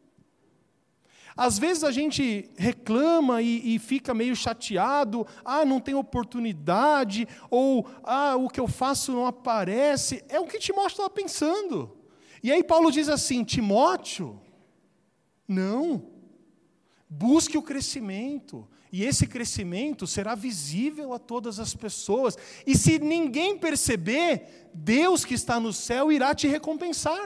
Às vezes a gente reclama e, e fica meio chateado, ah, não tem oportunidade, ou ah, o que eu faço não aparece. É o que Timóteo estava pensando. E aí Paulo diz assim, Timóteo, não, busque o crescimento, e esse crescimento será visível a todas as pessoas. E se ninguém perceber, Deus que está no céu irá te recompensar.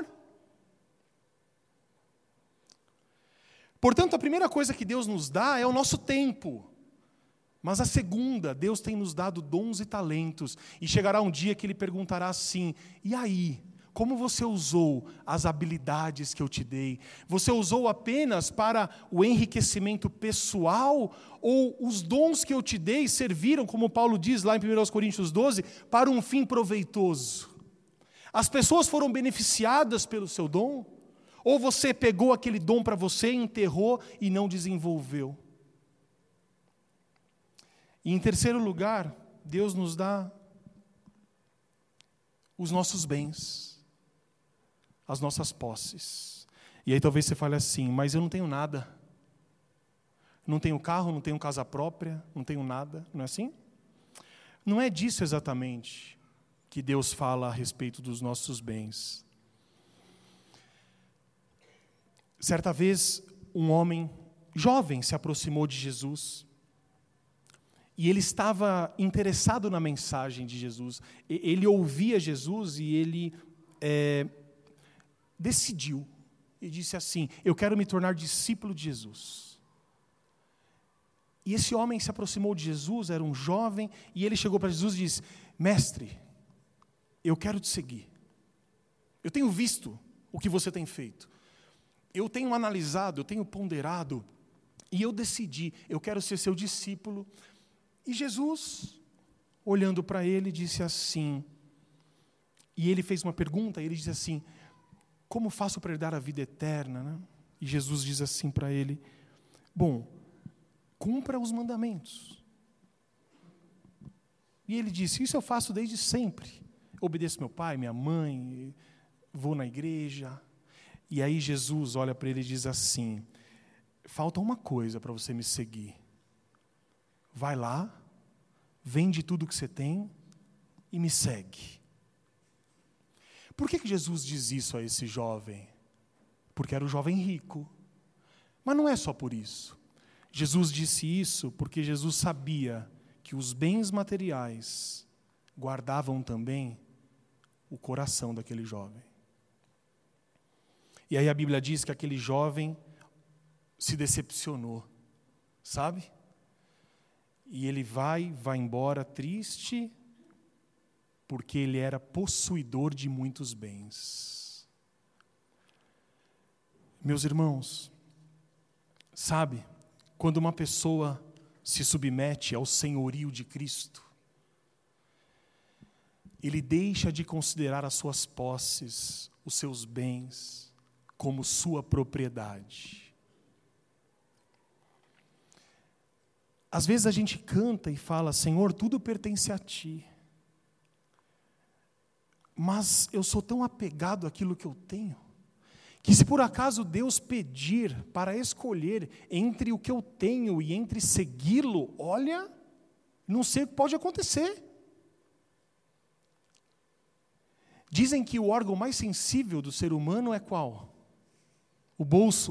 Portanto, a primeira coisa que Deus nos dá é o nosso tempo. Mas a segunda, Deus tem nos dado dons e talentos. E chegará um dia que Ele perguntará assim, e aí, como você usou as habilidades que eu te dei? Você usou apenas para o enriquecimento pessoal? Ou os dons que eu te dei serviram, como Paulo diz lá em primeira Coríntios doze, para um fim proveitoso? As pessoas foram beneficiadas pelo seu dom? Ou você pegou aquele dom para você, enterrou e não desenvolveu? E em terceiro lugar, Deus nos dá os nossos bens, as nossas posses. E aí talvez você fale assim, mas eu não tenho nada. Não tenho carro, não tenho casa própria, não tenho nada, não é assim? Não é disso exatamente que Deus fala a respeito dos nossos bens. Certa vez, um homem jovem se aproximou de Jesus e ele estava interessado na mensagem de Jesus. Ele ouvia Jesus e ele é, decidiu e disse assim, eu quero me tornar discípulo de Jesus. E esse homem se aproximou de Jesus, era um jovem, e ele chegou para Jesus e disse, mestre, eu quero te seguir. Eu tenho visto o que você tem feito. Eu tenho analisado, eu tenho ponderado, e eu decidi, eu quero ser seu discípulo. E Jesus, olhando para ele, disse assim, e ele fez uma pergunta, ele disse assim, como faço para herdar a vida eterna? Né? E Jesus diz assim para ele, bom, cumpra os mandamentos. E ele disse, isso eu faço desde sempre. Obedeço meu pai, minha mãe, vou na igreja. E aí Jesus olha para ele e diz assim, falta uma coisa para você me seguir. Vai lá, vende tudo o que você tem e me segue. Por que que Jesus diz isso a esse jovem? Porque era o jovem rico. Mas não é só por isso. Jesus disse isso porque Jesus sabia que os bens materiais guardavam também o coração daquele jovem. E aí a Bíblia diz que aquele jovem se decepcionou, sabe? E ele vai, vai embora triste, porque ele era possuidor de muitos bens. Meus irmãos, sabe, quando uma pessoa se submete ao senhorio de Cristo, ele deixa de considerar as suas posses, os seus bens, como sua propriedade. Às vezes a gente canta e fala, Senhor, tudo pertence a Ti. Mas eu sou tão apegado àquilo que eu tenho, que se por acaso Deus pedir para escolher entre o que eu tenho e entre segui-lo, olha, não sei o que pode acontecer. Dizem que o órgão mais sensível do ser humano é qual? O bolso.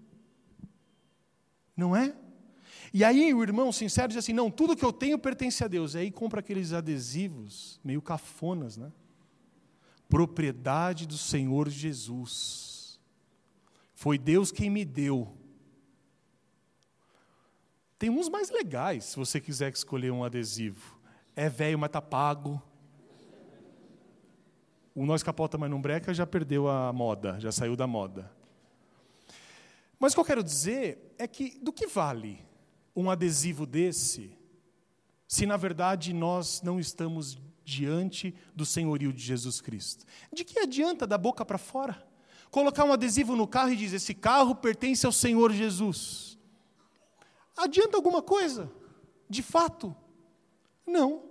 Não é? E aí o irmão sincero diz assim, não, tudo que eu tenho pertence a Deus. E aí compra aqueles adesivos, meio cafonas, né? Propriedade do Senhor Jesus. Foi Deus quem me deu. Tem uns mais legais, se você quiser escolher um adesivo. É velho, mas está pago. O Nós Capota, mas não breca já perdeu a moda, já saiu da moda. Mas o que eu quero dizer é que do que vale um adesivo desse, se na verdade nós não estamos diante do senhorio de Jesus Cristo? De que adianta da boca para fora? Colocar um adesivo no carro e dizer, esse carro pertence ao Senhor Jesus. Adianta alguma coisa? De fato? Não.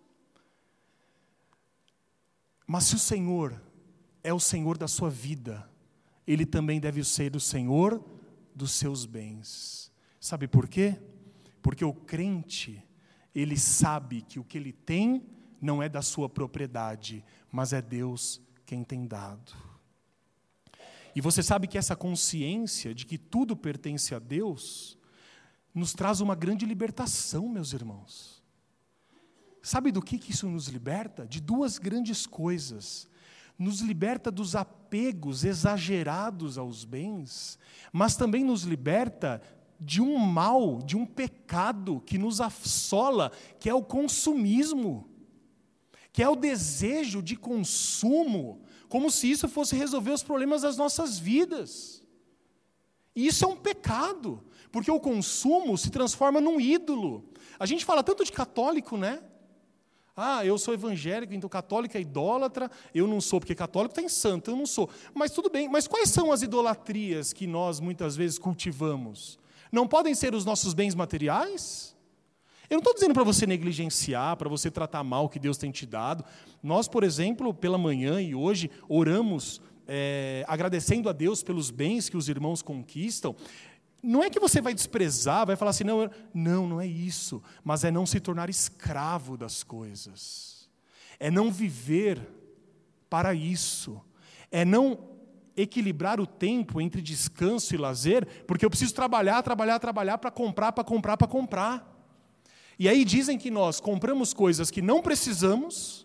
Mas se o Senhor é o Senhor da sua vida, Ele também deve ser o Senhor dos seus bens. Sabe por quê? Porque o crente, ele sabe que o que ele tem não é da sua propriedade, mas é Deus quem tem dado. E você sabe que essa consciência de que tudo pertence a Deus nos traz uma grande libertação, meus irmãos. Sabe do que que isso nos liberta? De duas grandes coisas. Nos liberta dos apegos exagerados aos bens, mas também nos liberta de um mal, de um pecado que nos assola, que é o consumismo, que é o desejo de consumo, como se isso fosse resolver os problemas das nossas vidas. E isso é um pecado, porque o consumo se transforma num ídolo. A gente fala tanto de católico, né? Ah, eu sou evangélico, então católico é idólatra, eu não sou, porque católico tem santo, eu não sou. Mas tudo bem, mas quais são as idolatrias que nós muitas vezes cultivamos? Não podem ser os nossos bens materiais? Eu não estou dizendo para você negligenciar, para você tratar mal o que Deus tem te dado. Nós, por exemplo, pela manhã e hoje, oramos é, agradecendo a Deus pelos bens que os irmãos conquistam. Não é que você vai desprezar, vai falar assim, não, não, não é isso. Mas é não se tornar escravo das coisas. É não viver para isso. É não equilibrar o tempo entre descanso e lazer, porque eu preciso trabalhar, trabalhar, trabalhar para comprar, para comprar, para comprar. E aí dizem que nós compramos coisas que não precisamos,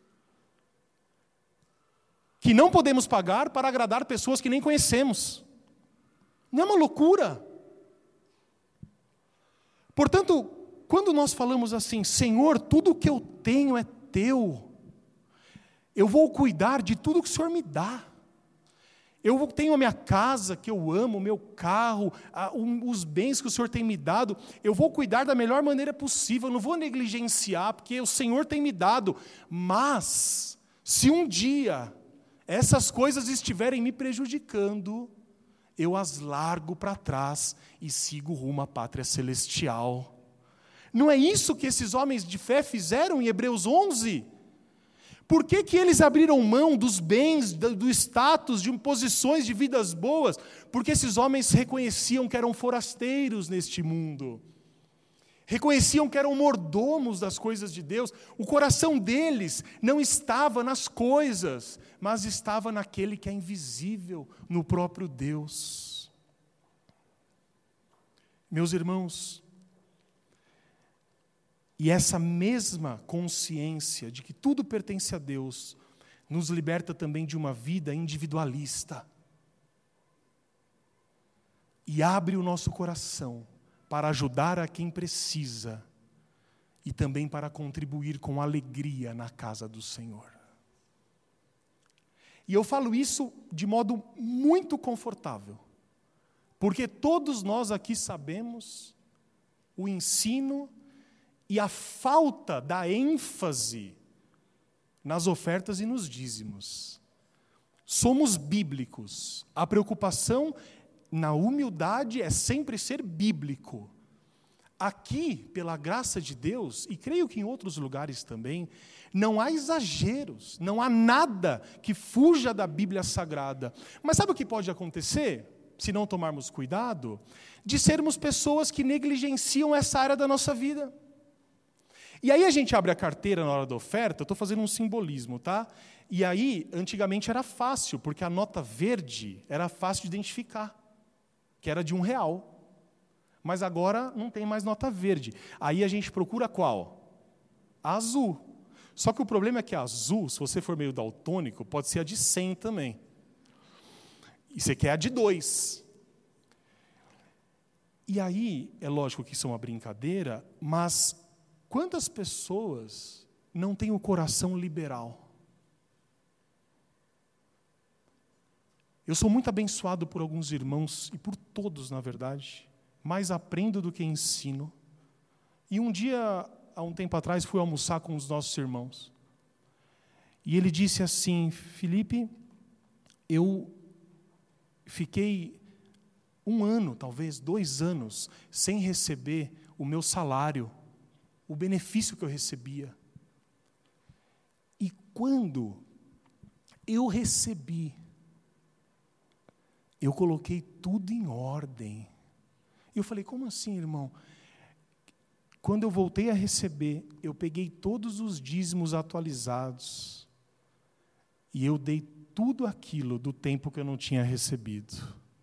que não podemos pagar para agradar pessoas que nem conhecemos. Não é uma loucura? Portanto, quando nós falamos assim, Senhor, tudo o que eu tenho é teu, eu vou cuidar de tudo que o Senhor me dá. Eu tenho a minha casa que eu amo, o meu carro, a, um, os bens que o Senhor tem me dado, eu vou cuidar da melhor maneira possível, eu não vou negligenciar, porque o Senhor tem me dado. Mas, se um dia essas coisas estiverem me prejudicando, eu as largo para trás e sigo rumo à pátria celestial. Não é isso que esses homens de fé fizeram em Hebreus onze? Por que que eles abriram mão dos bens, do status, de posições de vidas boas? Porque esses homens reconheciam que eram forasteiros neste mundo. Reconheciam que eram mordomos das coisas de Deus. O coração deles não estava nas coisas, mas estava naquele que é invisível, no próprio Deus. Meus irmãos, e essa mesma consciência de que tudo pertence a Deus, nos liberta também de uma vida individualista. E abre o nosso coração para ajudar a quem precisa e também para contribuir com alegria na casa do Senhor. E eu falo isso de modo muito confortável, porque todos nós aqui sabemos o ensino e a falta da ênfase nas ofertas e nos dízimos. Somos bíblicos. A preocupação na humildade é sempre ser bíblico. aqui, pela graça de Deus, e creio que em outros lugares também, não há exageros, não há nada que fuja da Bíblia Sagrada. Mas sabe o que pode acontecer, se não tomarmos cuidado? De sermos pessoas que negligenciam essa área da nossa vida. E aí a gente abre a carteira na hora da oferta, eu estou fazendo um simbolismo, tá? E aí, antigamente era fácil, porque a nota verde era fácil de identificar, que era de um real. Mas agora não tem mais nota verde. Aí a gente procura qual? A azul. Só que o problema é que a azul, se você for meio daltônico, pode ser a de cem também. E você quer a de dois. E aí, é lógico que isso é uma brincadeira, mas quantas pessoas não têm o coração liberal? Eu sou muito abençoado por alguns irmãos, e por todos, na verdade, mais aprendo do que ensino. E um dia, há um tempo atrás, fui almoçar com os nossos irmãos. E ele disse assim: Felipe, eu fiquei um ano, talvez dois anos, sem receber o meu salário, o benefício que eu recebia. E quando eu recebi, eu coloquei tudo em ordem. E eu falei: como assim, irmão? Quando eu voltei a receber, eu peguei todos os dízimos atualizados e eu dei tudo aquilo do tempo que eu não tinha recebido.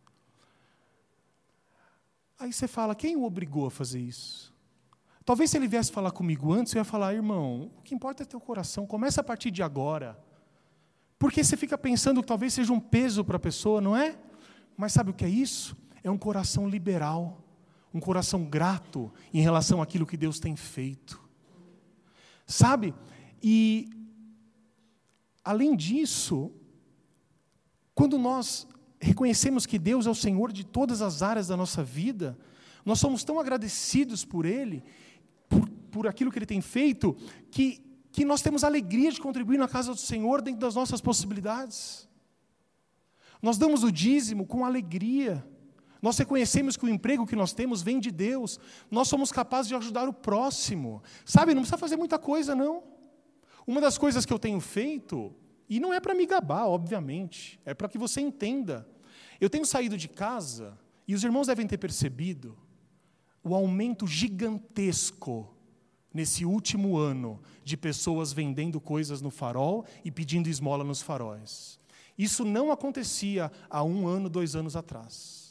Aí você fala: quem o obrigou a fazer isso? Talvez se ele viesse falar comigo antes, eu ia falar: irmão, o que importa é teu coração, começa a partir de agora. Porque você fica pensando que talvez seja um peso para a pessoa, não é? Mas sabe o que é isso? É um coração liberal, um coração grato em relação àquilo que Deus tem feito. Sabe? E, além disso, quando nós reconhecemos que Deus é o Senhor de todas as áreas da nossa vida, nós somos tão agradecidos por Ele, por, por aquilo que Ele tem feito, que, que nós temos alegria de contribuir na casa do Senhor dentro das nossas possibilidades. Nós damos o dízimo com alegria. Nós reconhecemos que o emprego que nós temos vem de Deus. Nós somos capazes de ajudar o próximo. Sabe, não precisa fazer muita coisa, não. Uma das coisas que eu tenho feito, e não é para me gabar, obviamente, é para que você entenda. Eu tenho saído de casa, e os irmãos devem ter percebido, o aumento gigantesco, nesse último ano, de pessoas vendendo coisas no farol e pedindo esmola nos faróis. Isso não acontecia há um ano, dois anos atrás.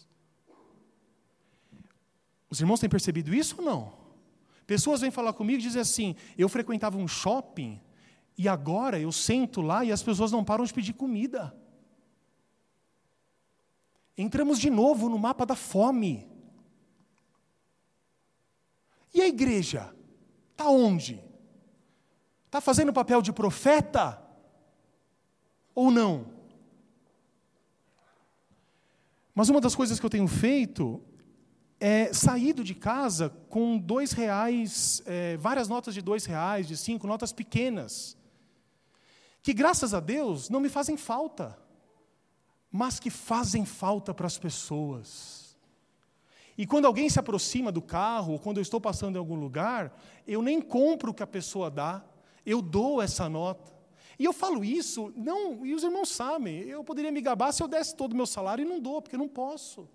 Os irmãos têm percebido isso ou não? Pessoas vêm falar comigo e dizem assim: eu frequentava um shopping e agora eu sento lá e as pessoas não param de pedir comida. Entramos de novo no mapa da fome. E a igreja? Está onde? Está fazendo o papel de profeta? Ou não? Mas uma das coisas que eu tenho feito é saído de casa com dois reais, é, várias notas de dois reais, de cinco, notas pequenas, que graças a Deus não me fazem falta, mas que fazem falta para as pessoas. E quando alguém se aproxima do carro, ou quando eu estou passando em algum lugar, eu nem compro o que a pessoa dá, eu dou essa nota. E eu falo isso, não, e os irmãos sabem, eu poderia me gabar se eu desse todo o meu salário e não dou, porque eu não posso.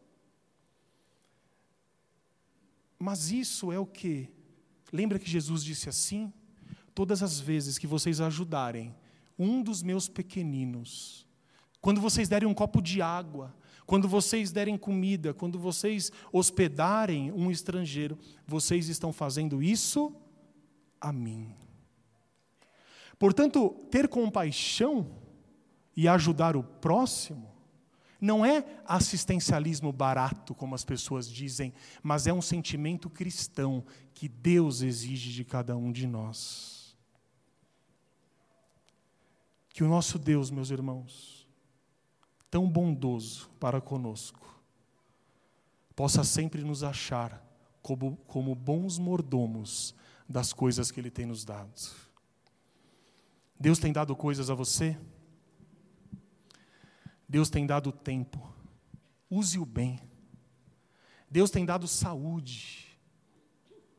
Mas isso é o quê? Lembra que Jesus disse assim? Todas as vezes que vocês ajudarem um dos meus pequeninos, quando vocês derem um copo de água, quando vocês derem comida, quando vocês hospedarem um estrangeiro, vocês estão fazendo isso a mim. Portanto, ter compaixão e ajudar o próximo não é assistencialismo barato, como as pessoas dizem, mas é um sentimento cristão que Deus exige de cada um de nós. Que o nosso Deus, meus irmãos, tão bondoso para conosco, possa sempre nos achar como, como bons mordomos das coisas que Ele tem nos dado. Deus tem dado coisas a você? Deus tem dado tempo. Use-o bem. Deus tem dado saúde.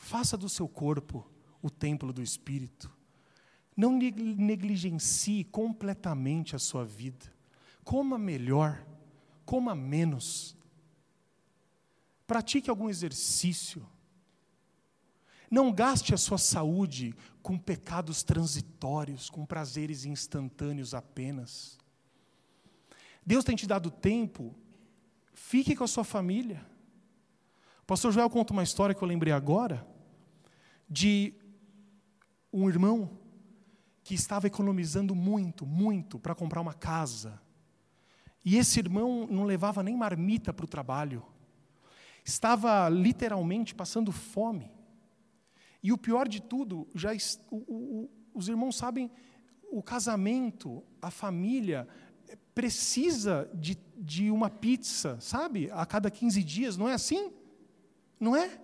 Faça do seu corpo o templo do Espírito. Não negligencie completamente a sua vida. Coma melhor, coma menos. Pratique algum exercício. Não gaste a sua saúde com pecados transitórios, com prazeres instantâneos apenas. Deus tem te dado tempo, fique com a sua família. O pastor Joel conta uma história que eu lembrei agora, de um irmão que estava economizando muito, muito para comprar uma casa. E esse irmão não levava nem marmita para o trabalho. Estava literalmente passando fome. E o pior de tudo, já o, o, os irmãos sabem, o casamento, a família, precisa de, de uma pizza, sabe? A cada quinze dias, não é assim? Não é?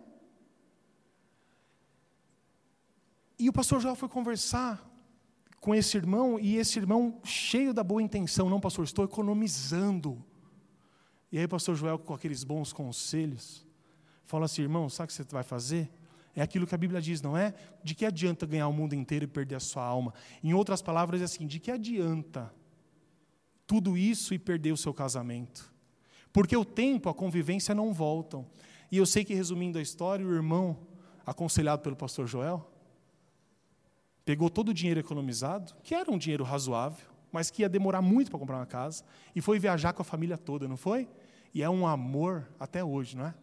E o pastor Joel foi conversar com esse irmão, e esse irmão cheio da boa intenção, não, pastor, estou economizando. E aí o pastor Joel, com aqueles bons conselhos, fala assim, irmão, sabe o que você vai fazer? É aquilo que a Bíblia diz, não é? De que adianta ganhar o mundo inteiro e perder a sua alma? Em outras palavras, é assim, de que adianta tudo isso e perder o seu casamento? Porque o tempo, a convivência não voltam. E eu sei que, resumindo a história, o irmão, aconselhado pelo pastor Joel, pegou todo o dinheiro economizado, que era um dinheiro razoável, mas que ia demorar muito para comprar uma casa, e foi viajar com a família toda, não foi? E é um amor até hoje, não é?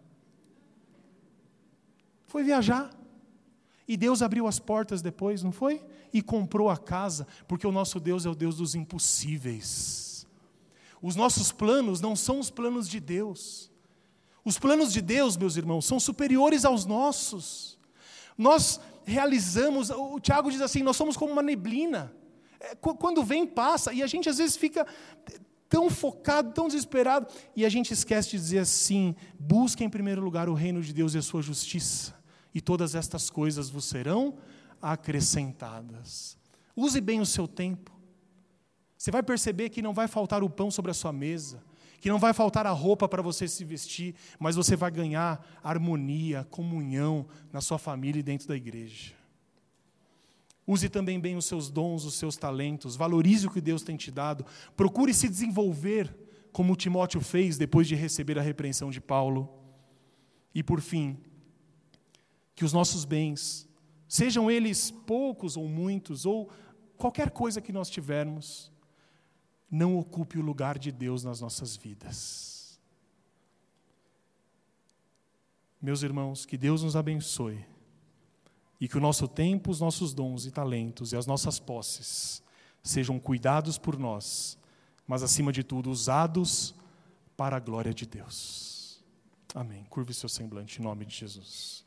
Foi viajar. E Deus abriu as portas depois, não foi? E comprou a casa, porque o nosso Deus é o Deus dos impossíveis. Os nossos planos não são os planos de Deus. Os planos de Deus, meus irmãos, são superiores aos nossos. Nós realizamos, o Tiago diz assim, nós somos como uma neblina. Quando vem, passa, e a gente às vezes fica tão focado, tão desesperado, e a gente esquece de dizer assim, busque em primeiro lugar o reino de Deus e a sua justiça, e todas estas coisas vos serão acrescentadas. Use bem o seu tempo. Você vai perceber que não vai faltar o pão sobre a sua mesa, que não vai faltar a roupa para você se vestir, mas você vai ganhar harmonia, comunhão na sua família e dentro da igreja. Use também bem os seus dons, os seus talentos, valorize o que Deus tem te dado, procure se desenvolver, como Timóteo fez depois de receber a repreensão de Paulo. E por fim, que os nossos bens, sejam eles poucos ou muitos, ou qualquer coisa que nós tivermos, não ocupe o lugar de Deus nas nossas vidas. Meus irmãos, que Deus nos abençoe e que o nosso tempo, os nossos dons e talentos e as nossas posses sejam cuidados por nós, mas acima de tudo usados para a glória de Deus. Amém. Curve seu semblante em nome de Jesus.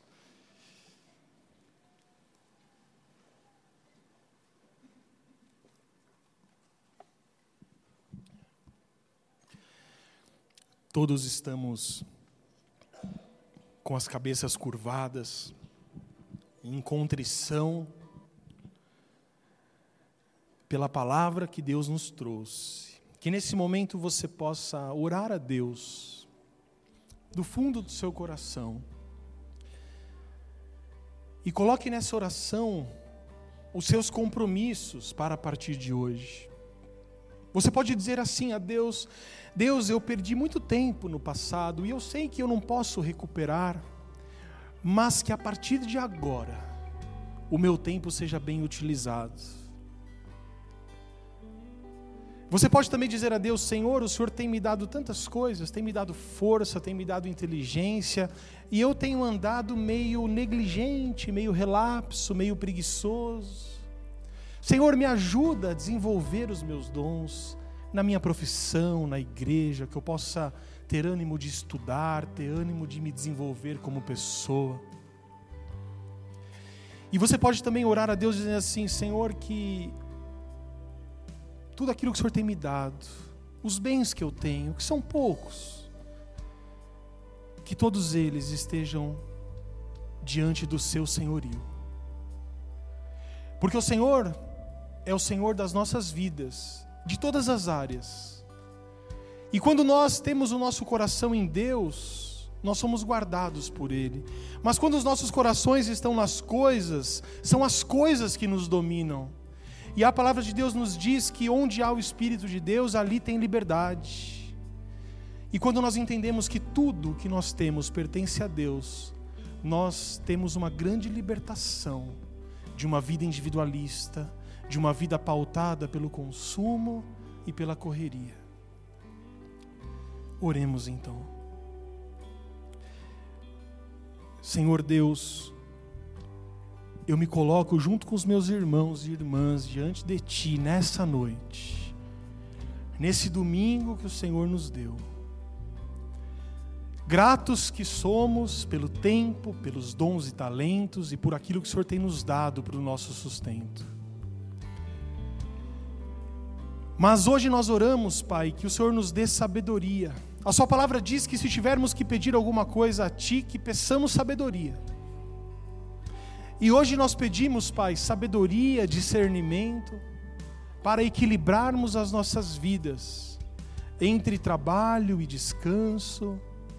Todos estamos com as cabeças curvadas, em contrição, pela palavra que Deus nos trouxe. Que nesse momento você possa orar a Deus, do fundo do seu coração, e coloque nessa oração os seus compromissos para a partir de hoje. Você pode dizer assim a Deus, Deus, eu perdi muito tempo no passado e eu sei que eu não posso recuperar, mas que a partir de agora, o meu tempo seja bem utilizado. Você pode também dizer a Deus, Senhor, o Senhor tem me dado tantas coisas, tem me dado força, tem me dado inteligência, e eu tenho andado meio negligente, meio relapso, meio preguiçoso. Senhor, me ajuda a desenvolver os meus dons na minha profissão, na igreja, que eu possa ter ânimo de estudar, ter ânimo de me desenvolver como pessoa. E você pode também orar a Deus dizendo assim, Senhor, que tudo aquilo que o Senhor tem me dado, os bens que eu tenho, que são poucos, que todos eles estejam diante do seu senhorio. Porque o Senhor é o Senhor das nossas vidas, de todas as áreas. E quando nós temos o nosso coração em Deus, nós somos guardados por Ele. Mas quando os nossos corações estão nas coisas, são as coisas que nos dominam. E a palavra de Deus nos diz que onde há o Espírito de Deus, ali tem liberdade. E quando nós entendemos que tudo o que nós temos pertence a Deus, nós temos uma grande libertação de uma vida individualista, de uma vida pautada pelo consumo e pela correria. Oremos então. Senhor Deus, eu me coloco junto com os meus irmãos e irmãs diante de Ti nessa noite, nesse domingo que o Senhor nos deu. Gratos que somos pelo tempo, pelos dons e talentos e por aquilo que o Senhor tem nos dado para o nosso sustento. Mas hoje nós oramos, Pai, que o Senhor nos dê sabedoria. A Sua palavra diz que se tivermos que pedir alguma coisa a Ti, que peçamos sabedoria. E hoje nós pedimos, Pai, sabedoria, discernimento, para equilibrarmos as nossas vidas, entre trabalho e descanso.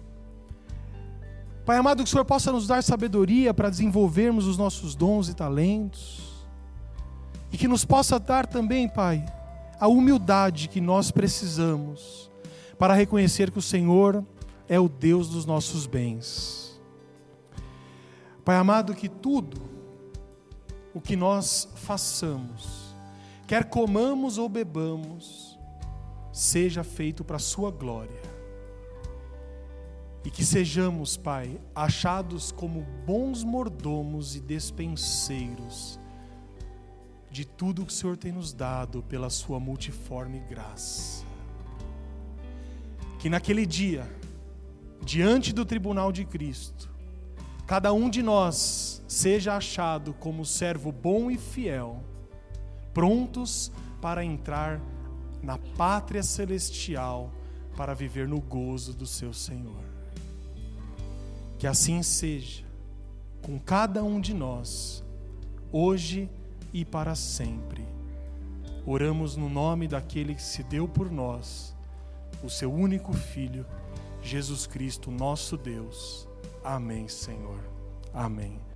Pai amado, que o Senhor possa nos dar sabedoria para desenvolvermos os nossos dons e talentos, e que nos possa dar também, Pai, a humildade que nós precisamos, para reconhecer que o Senhor é o Deus dos nossos bens. Pai amado, que tudo o que nós façamos, quer comamos ou bebamos, seja feito para a Sua glória. E que sejamos, Pai, achados como bons mordomos e despenseiros de tudo que o Senhor tem nos dado pela Sua multiforme graça. Que naquele dia, diante do tribunal de Cristo, cada um de nós seja achado como servo bom e fiel, prontos para entrar na pátria celestial, para viver no gozo do seu Senhor. Que assim seja com cada um de nós, hoje e para sempre. Oramos no nome daquele que se deu por nós, o seu único Filho, Jesus Cristo, nosso Deus. Amém, Senhor. Amém.